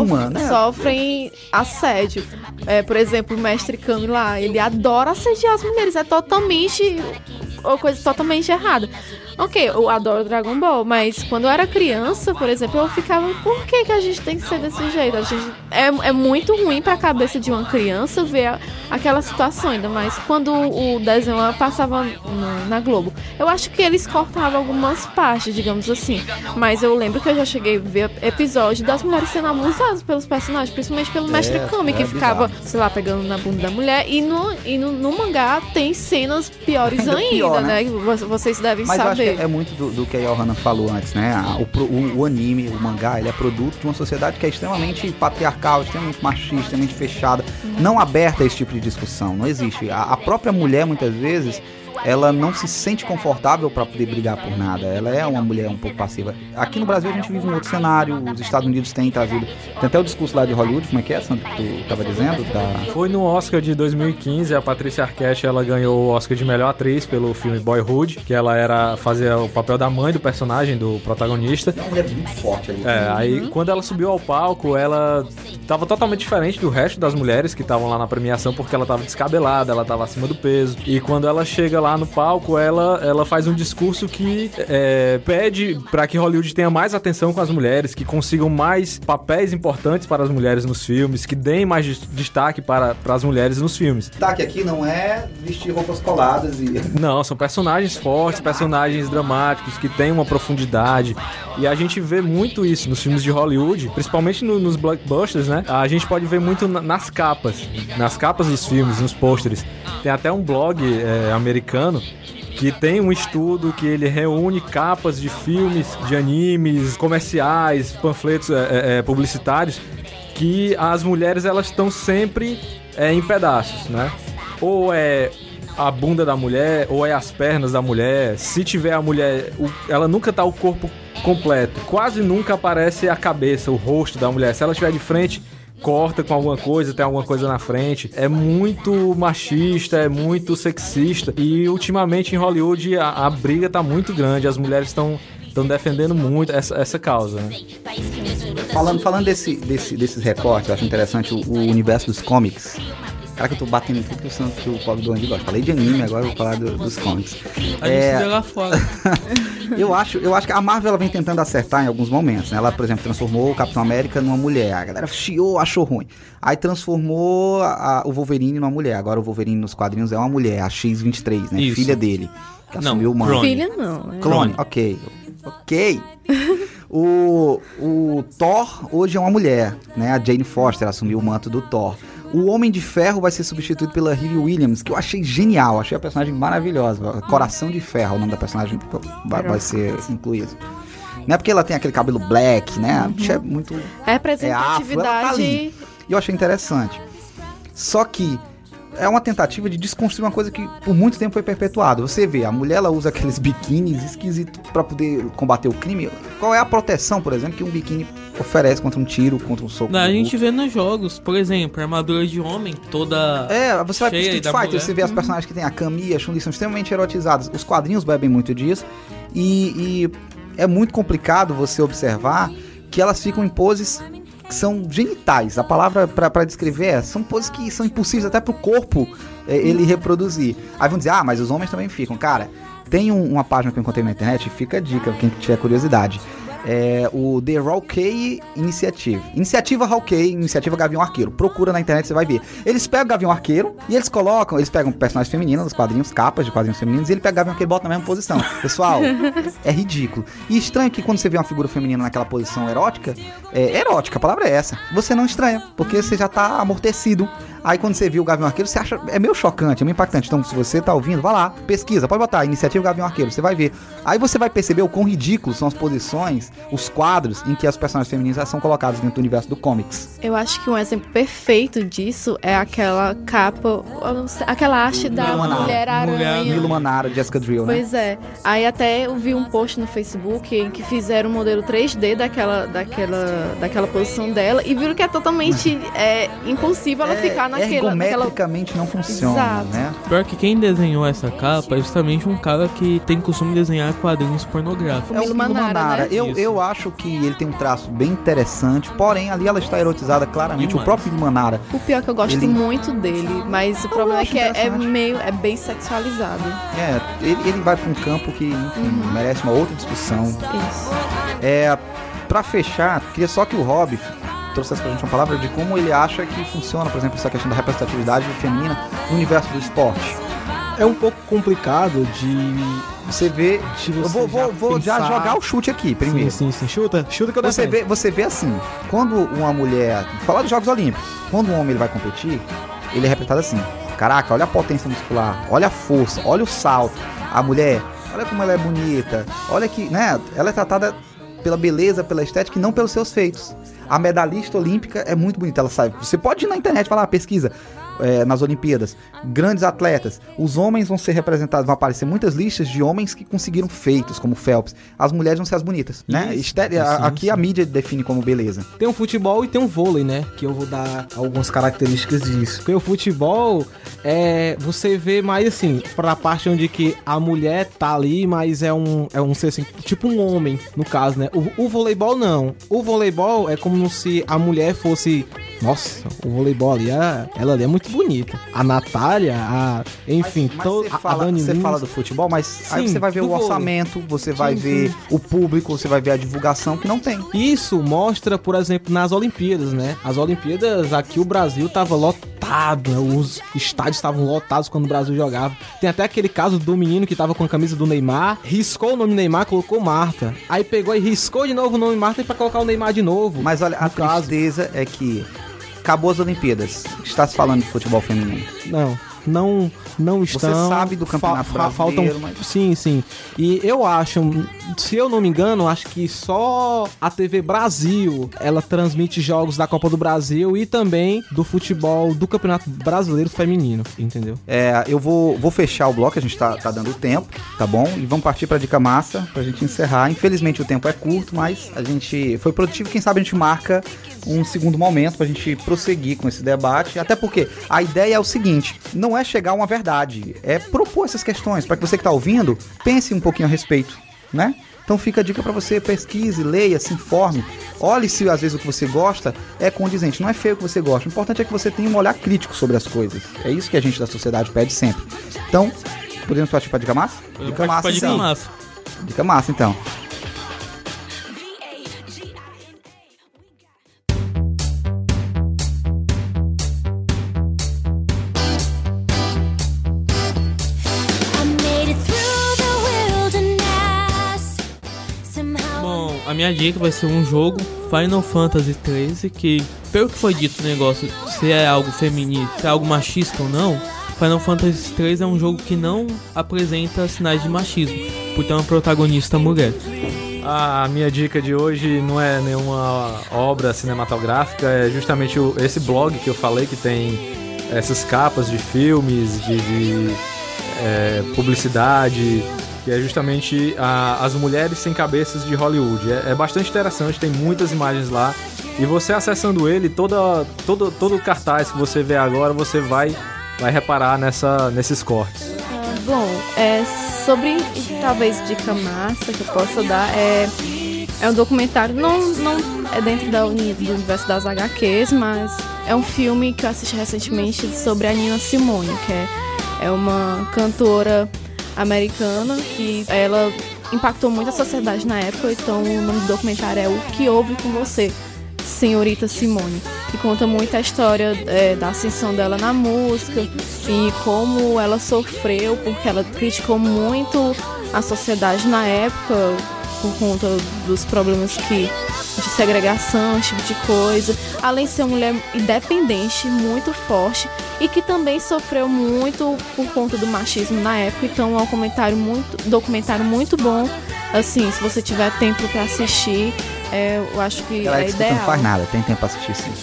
sofrem assédio. Por exemplo, o mestre Kami lá, ele adora assediar as mulheres. É totalmente... ou coisa totalmente errada. Ok, eu adoro Dragon Ball, mas quando eu era criança, por exemplo, eu ficava, por que a gente tem que ser desse jeito? É muito ruim pra cabeça de uma criança ver aquela situação, ainda mais quando o desenho passava na Globo. Eu acho que eles cortavam algumas partes, digamos assim, mas eu lembro que eu já cheguei a ver episódios das mulheres sendo abusadas pelos personagens, principalmente pelo mestre Kami, que ficava, sei lá, pegando na bunda da mulher, e no mangá tem cenas piores ainda, pior, né? Vocês devem saber. É muito do que a Johanna falou antes, né? O anime, o mangá, ele é produto de uma sociedade que é extremamente patriarcal, extremamente machista, extremamente fechada, não aberta a esse tipo de discussão, não existe. A própria mulher, muitas vezes, ela não se sente confortável para poder brigar por nada. Ela é uma mulher um pouco passiva. Aqui no Brasil a gente vive um outro cenário. Os Estados Unidos têm trazido... Tem até o discurso lá de Hollywood, como é que é, Sandro, que tu estava dizendo? Foi no Oscar de 2015, a Patrícia Arquette, ela ganhou o Oscar de melhor atriz pelo filme Boyhood, que ela fazia o papel da mãe do personagem, do protagonista. Ela é muito forte ali. Aí quando ela subiu ao palco, ela estava totalmente diferente do resto das mulheres que estavam lá na premiação, porque ela estava descabelada, ela estava acima do peso. E quando ela chega lá no palco, ela faz um discurso que pede para que Hollywood tenha mais atenção com as mulheres, que consigam mais papéis importantes para as mulheres nos filmes, que deem mais destaque para as mulheres nos filmes. Destaque aqui não é vestir roupas coladas e... Não, são personagens fortes, personagens dramáticos, que têm uma profundidade, e a gente vê muito isso nos filmes de Hollywood, principalmente nos blockbusters, né? né? A gente pode ver muito nas capas dos filmes, nos pôsteres. Tem até um blog americano que tem um estudo que ele reúne capas de filmes, de animes, comerciais, panfletos publicitários, que as mulheres elas estão sempre em pedaços, né? Ou é a bunda da mulher, ou é as pernas da mulher. Se tiver a mulher, ela nunca tá o corpo completo. Quase nunca aparece a cabeça, o rosto da mulher. Se ela estiver de frente, corta com alguma coisa, tem alguma coisa na frente. É muito machista, é muito sexista. E ultimamente em Hollywood a briga tá muito grande. As mulheres estão defendendo muito essa causa, né? Falando desses recortes, eu acho interessante o universo dos comics. Cara, que eu tô batendo em tudo que o pobre do Andy gosta. Falei de anime, agora eu vou falar dos comics. A gente se joga fora. eu acho que a Marvel ela vem tentando acertar em alguns momentos, né? Ela, por exemplo, transformou o Capitão América numa mulher. A galera chiou, achou ruim. Aí transformou o Wolverine numa mulher. Agora o Wolverine nos quadrinhos é uma mulher, a X-23, né? Isso. Filha dele. Que assumiu o manto. Filha não, né? Clone. Ok. O Thor hoje é uma mulher, né? A Jane Foster assumiu o manto do Thor. O Homem de Ferro vai ser substituído pela Riri Williams, que eu achei genial, achei a personagem maravilhosa. Coração de Ferro, o nome da personagem vai ser incluído. Não é porque ela tem aquele cabelo black, né? A bicha é muito... Representatividade. Ela tá ali. E eu achei interessante. Só que é uma tentativa de desconstruir uma coisa que por muito tempo foi perpetuada. Você vê, a mulher ela usa aqueles biquínis esquisitos pra poder combater o crime. Qual é a proteção, por exemplo, que um biquíni oferece contra um tiro, contra um soco? A gente vê nos jogos, por exemplo, a armadura de homem toda você vai pro Street Fighter, você vê as personagens que tem a Kami e a Chun-Li são extremamente erotizadas. Os quadrinhos bebem muito disso e é muito complicado você observar que elas ficam em poses que são genitais. A palavra pra descrever são poses que são impossíveis até pro corpo ele reproduzir. Aí vão dizer, mas os homens também ficam. Cara, tem uma página que eu encontrei na internet, fica a dica, quem tiver curiosidade. O The Hawkeye Initiative. Iniciativa Hawkeye, Iniciativa Gavião Arqueiro. Procura na internet, você vai ver. Eles pegam o Gavião Arqueiro e eles pegam personagens femininos dos quadrinhos, capas de quadrinhos femininos, e ele pega o Gavião Arqueiro e bota na mesma posição. Pessoal, é ridículo. E estranho que quando você vê uma figura feminina naquela posição erótica, erótica, a palavra é essa, você não estranha, porque você já tá amortecido. Aí quando você viu o Gavião Arqueiro, você acha, é meio chocante, é meio impactante. Então se você tá ouvindo, vai lá, pesquisa, pode botar Iniciativa Gavião Arqueiro, você vai ver. Aí você vai perceber o quão ridículos são as posições, os quadros em que as personagens femininas são colocadas dentro do universo do comics. Eu acho que um exemplo perfeito disso é aquela capa, aquela arte da Mulher-Aranha. Milo Manara, Jessica Drill, né? Pois é. Aí até eu vi um post no Facebook em que fizeram um modelo 3D daquela posição dela e viram que é totalmente impossível ela ficar ergometricamente não funciona. Exato. Né? Pior que quem desenhou essa capa é justamente um cara que tem costume de desenhar quadrinhos pornográficos. O Milo Manara, né? Eu acho que ele tem um traço bem interessante, porém ali ela está erotizada claramente. Demais. O próprio Milo Manara. O pior é que eu gosto muito dele, mas o problema é que é bem sexualizado. Ele vai para um campo que, enfim, merece uma outra discussão. Isso. Pra fechar, queria só que o Rob trouxesse pra gente uma palavra de como ele acha que funciona, por exemplo, essa questão da representatividade feminina no universo do esporte. É um pouco complicado de você ver. Eu vou já jogar o chute aqui primeiro. Sim. Chuta que eu defendo. Você vê assim, quando uma mulher. Falar dos Jogos Olímpicos, quando um homem ele vai competir, ele é representado assim. Caraca, olha a potência muscular, olha a força, olha o salto. A mulher, olha como ela é bonita, olha que, né? Ela é tratada pela beleza, pela estética e não pelos seus feitos. A medalhista olímpica é muito bonita, ela sabe. Você pode ir na internet e falar, pesquisa nas Olimpíadas, grandes atletas. Os homens vão ser representados, vão aparecer muitas listas de homens que conseguiram feitos, como Phelps. As mulheres vão ser as bonitas, né? Aqui a mídia define como beleza. Tem um futebol e tem um vôlei, né? Que eu vou dar algumas características disso. Porque o futebol, você vê mais assim, pra parte onde que a mulher tá ali, mas é um ser assim, tipo um homem, no caso, né? O voleibol não. O voleibol é como se a mulher fosse... Nossa, o voleibol ali, ela ali é muito bonita. A Natália, enfim, a Dani Você Lins. fala do futebol, mas Sim, aí você vai ver o vôlei. orçamento, você vai ver o público, você vai ver a divulgação que não tem. Isso mostra, por exemplo, nas Olimpíadas, né? As Olimpíadas, aqui o Brasil tava lotado, né? Os estádios estavam lotados quando o Brasil jogava. Tem até aquele caso do menino que tava com a camisa do Neymar, riscou o nome Neymar, colocou Marta. Aí pegou e riscou de novo o nome Marta pra colocar o Neymar de novo. Mas olha, a tristeza é que acabou as Olimpíadas. Está se falando de futebol feminino. Não estão. Você sabe do campeonato brasileiro, mas... Sim. E eu acho, se eu não me engano, acho que só a TV Brasil, ela transmite jogos da Copa do Brasil e também do futebol do Campeonato Brasileiro Feminino, entendeu? Eu vou fechar o bloco, a gente tá dando tempo, tá bom? E vamos partir pra dica massa, pra gente encerrar. Infelizmente o tempo é curto, mas a gente foi produtivo. Quem sabe a gente marca um segundo momento pra gente prosseguir com esse debate. Até porque a ideia é o seguinte, não é chegar a uma verdade, é propor essas questões para que você que tá ouvindo pense um pouquinho a respeito, né? Então fica a dica para você, pesquise, leia, se informe, olhe se às vezes o que você gosta é condizente, não é feio o que você gosta, o importante é que você tenha um olhar crítico sobre as coisas, é isso que a gente da sociedade pede sempre. Então, podemos partir para dica massa? Dica massa, então. Dica massa, então. A minha dica vai ser um jogo, Final Fantasy XIII, que, pelo que foi dito no negócio, se é algo feminino, se é algo machista ou não, Final Fantasy XIII é um jogo que não apresenta sinais de machismo, por ter uma protagonista mulher. A minha dica de hoje não é nenhuma obra cinematográfica, é justamente esse blog que eu falei, que tem essas capas de filmes, de publicidade, que é justamente as mulheres sem cabeças de Hollywood. É bastante interessante, tem muitas imagens lá, e você acessando ele, todo o cartaz que você vê agora, você vai reparar nesses cortes. Bom, sobre talvez dica massa que eu possa dar, é um documentário, não é dentro do universo das HQs, mas é um filme que eu assisti recentemente sobre a Nina Simone, que é uma cantora americana que ela impactou muito a sociedade na época. Então o nome do documentário é O Que Houve Com Você, Senhorita Simone, que conta muito a história da ascensão dela na música e como ela sofreu, porque ela criticou muito a sociedade na época por conta dos problemas de segregação, esse tipo de coisa, além de ser uma mulher independente, muito forte, e que também sofreu muito por conta do machismo na época. Então é um documentário muito bom. Assim, se você tiver tempo para assistir, eu acho que galera, é ideal. Não faz nada, tem tempo para assistir sim.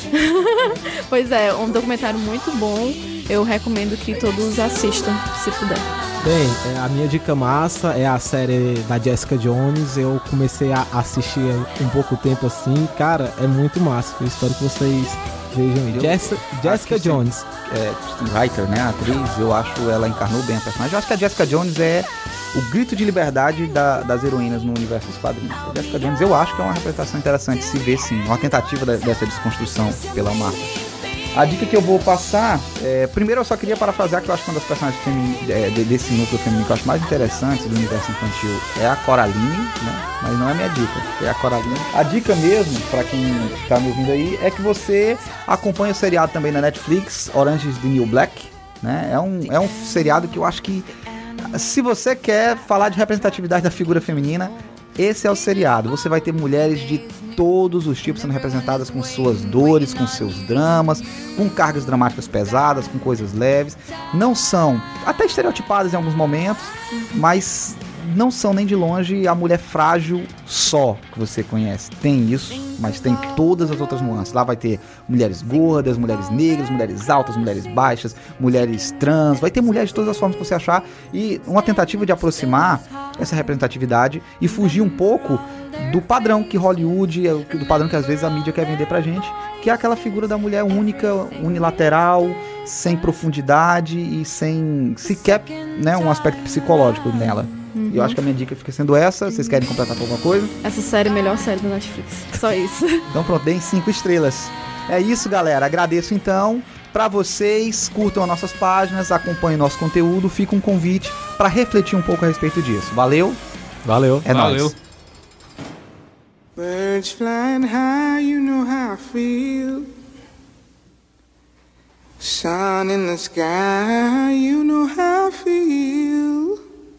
Pois é um documentário muito bom. Eu recomendo que todos assistam, se puder. Bem, a minha dica massa é a série da Jessica Jones. Eu comecei a assistir há um pouco tempo assim. Cara, é muito massa. Eu espero que vocês vejam. Jessica Jones. Writer, né? A atriz, eu acho ela encarnou bem a personagem. Eu acho que a Jessica Jones é o grito de liberdade das heroínas no universo dos quadrinhos. A Jessica Jones, eu acho que é uma representação interessante de se ver, sim. Uma tentativa dessa desconstrução pela marca. A dica que eu vou passar, primeiro eu só queria parafrasear que eu acho que uma das personagens desse núcleo feminino que eu acho mais interessantes do universo infantil é a Coraline, né? Mas não é minha dica, é a Coraline. A dica mesmo, pra quem tá me ouvindo aí, é que você acompanhe o seriado também na Netflix, Orange is the New Black, né? É um seriado que eu acho que, se você quer falar de representatividade da figura feminina, esse é o seriado. Você vai ter mulheres de todos os tipos sendo representadas com suas dores, com seus dramas, com cargas dramáticas pesadas, com coisas leves. Não são até estereotipadas em alguns momentos, mas não são nem de longe a mulher frágil só que você conhece. Tem isso, mas tem todas as outras nuances. Lá vai ter mulheres gordas, mulheres negras, mulheres altas, mulheres baixas, mulheres trans. Vai ter mulheres de todas as formas que você achar. E uma tentativa de aproximar essa representatividade e fugir um pouco do padrão que Hollywood, do padrão que às vezes a mídia quer vender pra gente, que é aquela figura da mulher única, unilateral, sem profundidade e sem sequer, né, um aspecto psicológico nela. E eu acho que a minha dica fica sendo essa. Vocês querem completar com alguma coisa? Essa série é a melhor série da Netflix. Só isso. Então pronto, deem 5 estrelas. É isso, galera. Agradeço então. Pra vocês, curtam as nossas páginas, acompanhem nosso conteúdo. Fica um convite pra refletir um pouco a respeito disso. Valeu? Valeu. É nóis. Birds flying high, you know how I feel. Sun in the sky, you know how I feel.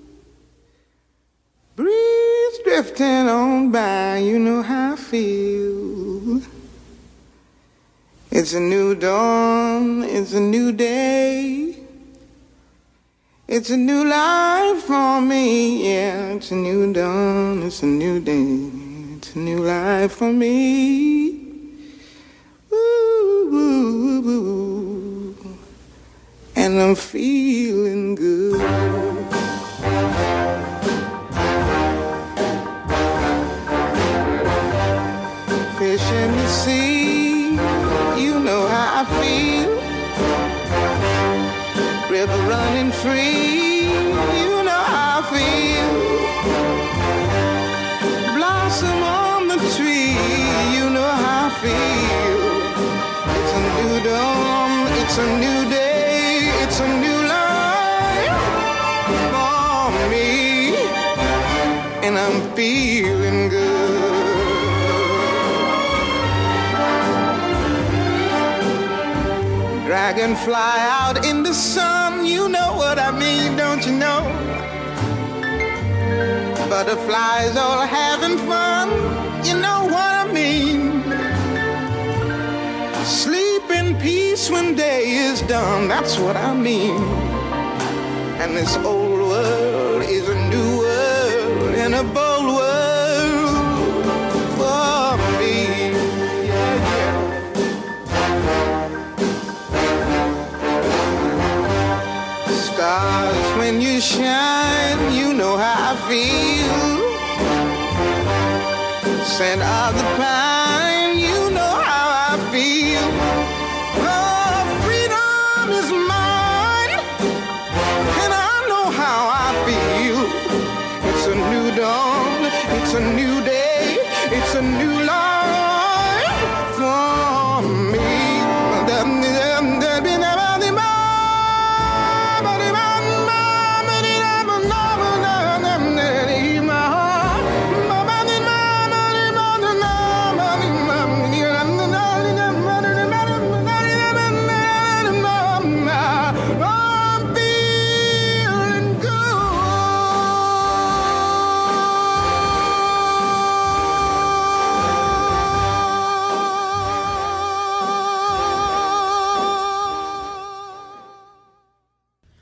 Breeze drifting on by, you know how I feel. It's a new dawn, it's a new day. It's a new life for me, yeah. It's a new dawn, it's a new day. It's a new life for me. Ooh, ooh, ooh, ooh. And I'm feeling good. Fish in the sea, you know how I feel. River running free, you know how I feel. Blossom on the tree, you know how I feel. It's a new dawn, it's a new day, it's a new life for me, and I'm feeling good. Dragonfly out in the sun, you know what I mean, don't you know? Butterflies all having fun, you know what I mean. Sleep in peace when day is done, that's what I mean. And this old world is a new world and a bold world for me. Yeah, yeah. Stars, when you shine, you know how I feel. Scent of the pine, you know how I feel. Oh, freedom is mine, and I know how I feel. It's a new dawn, it's a new day, it's a new life for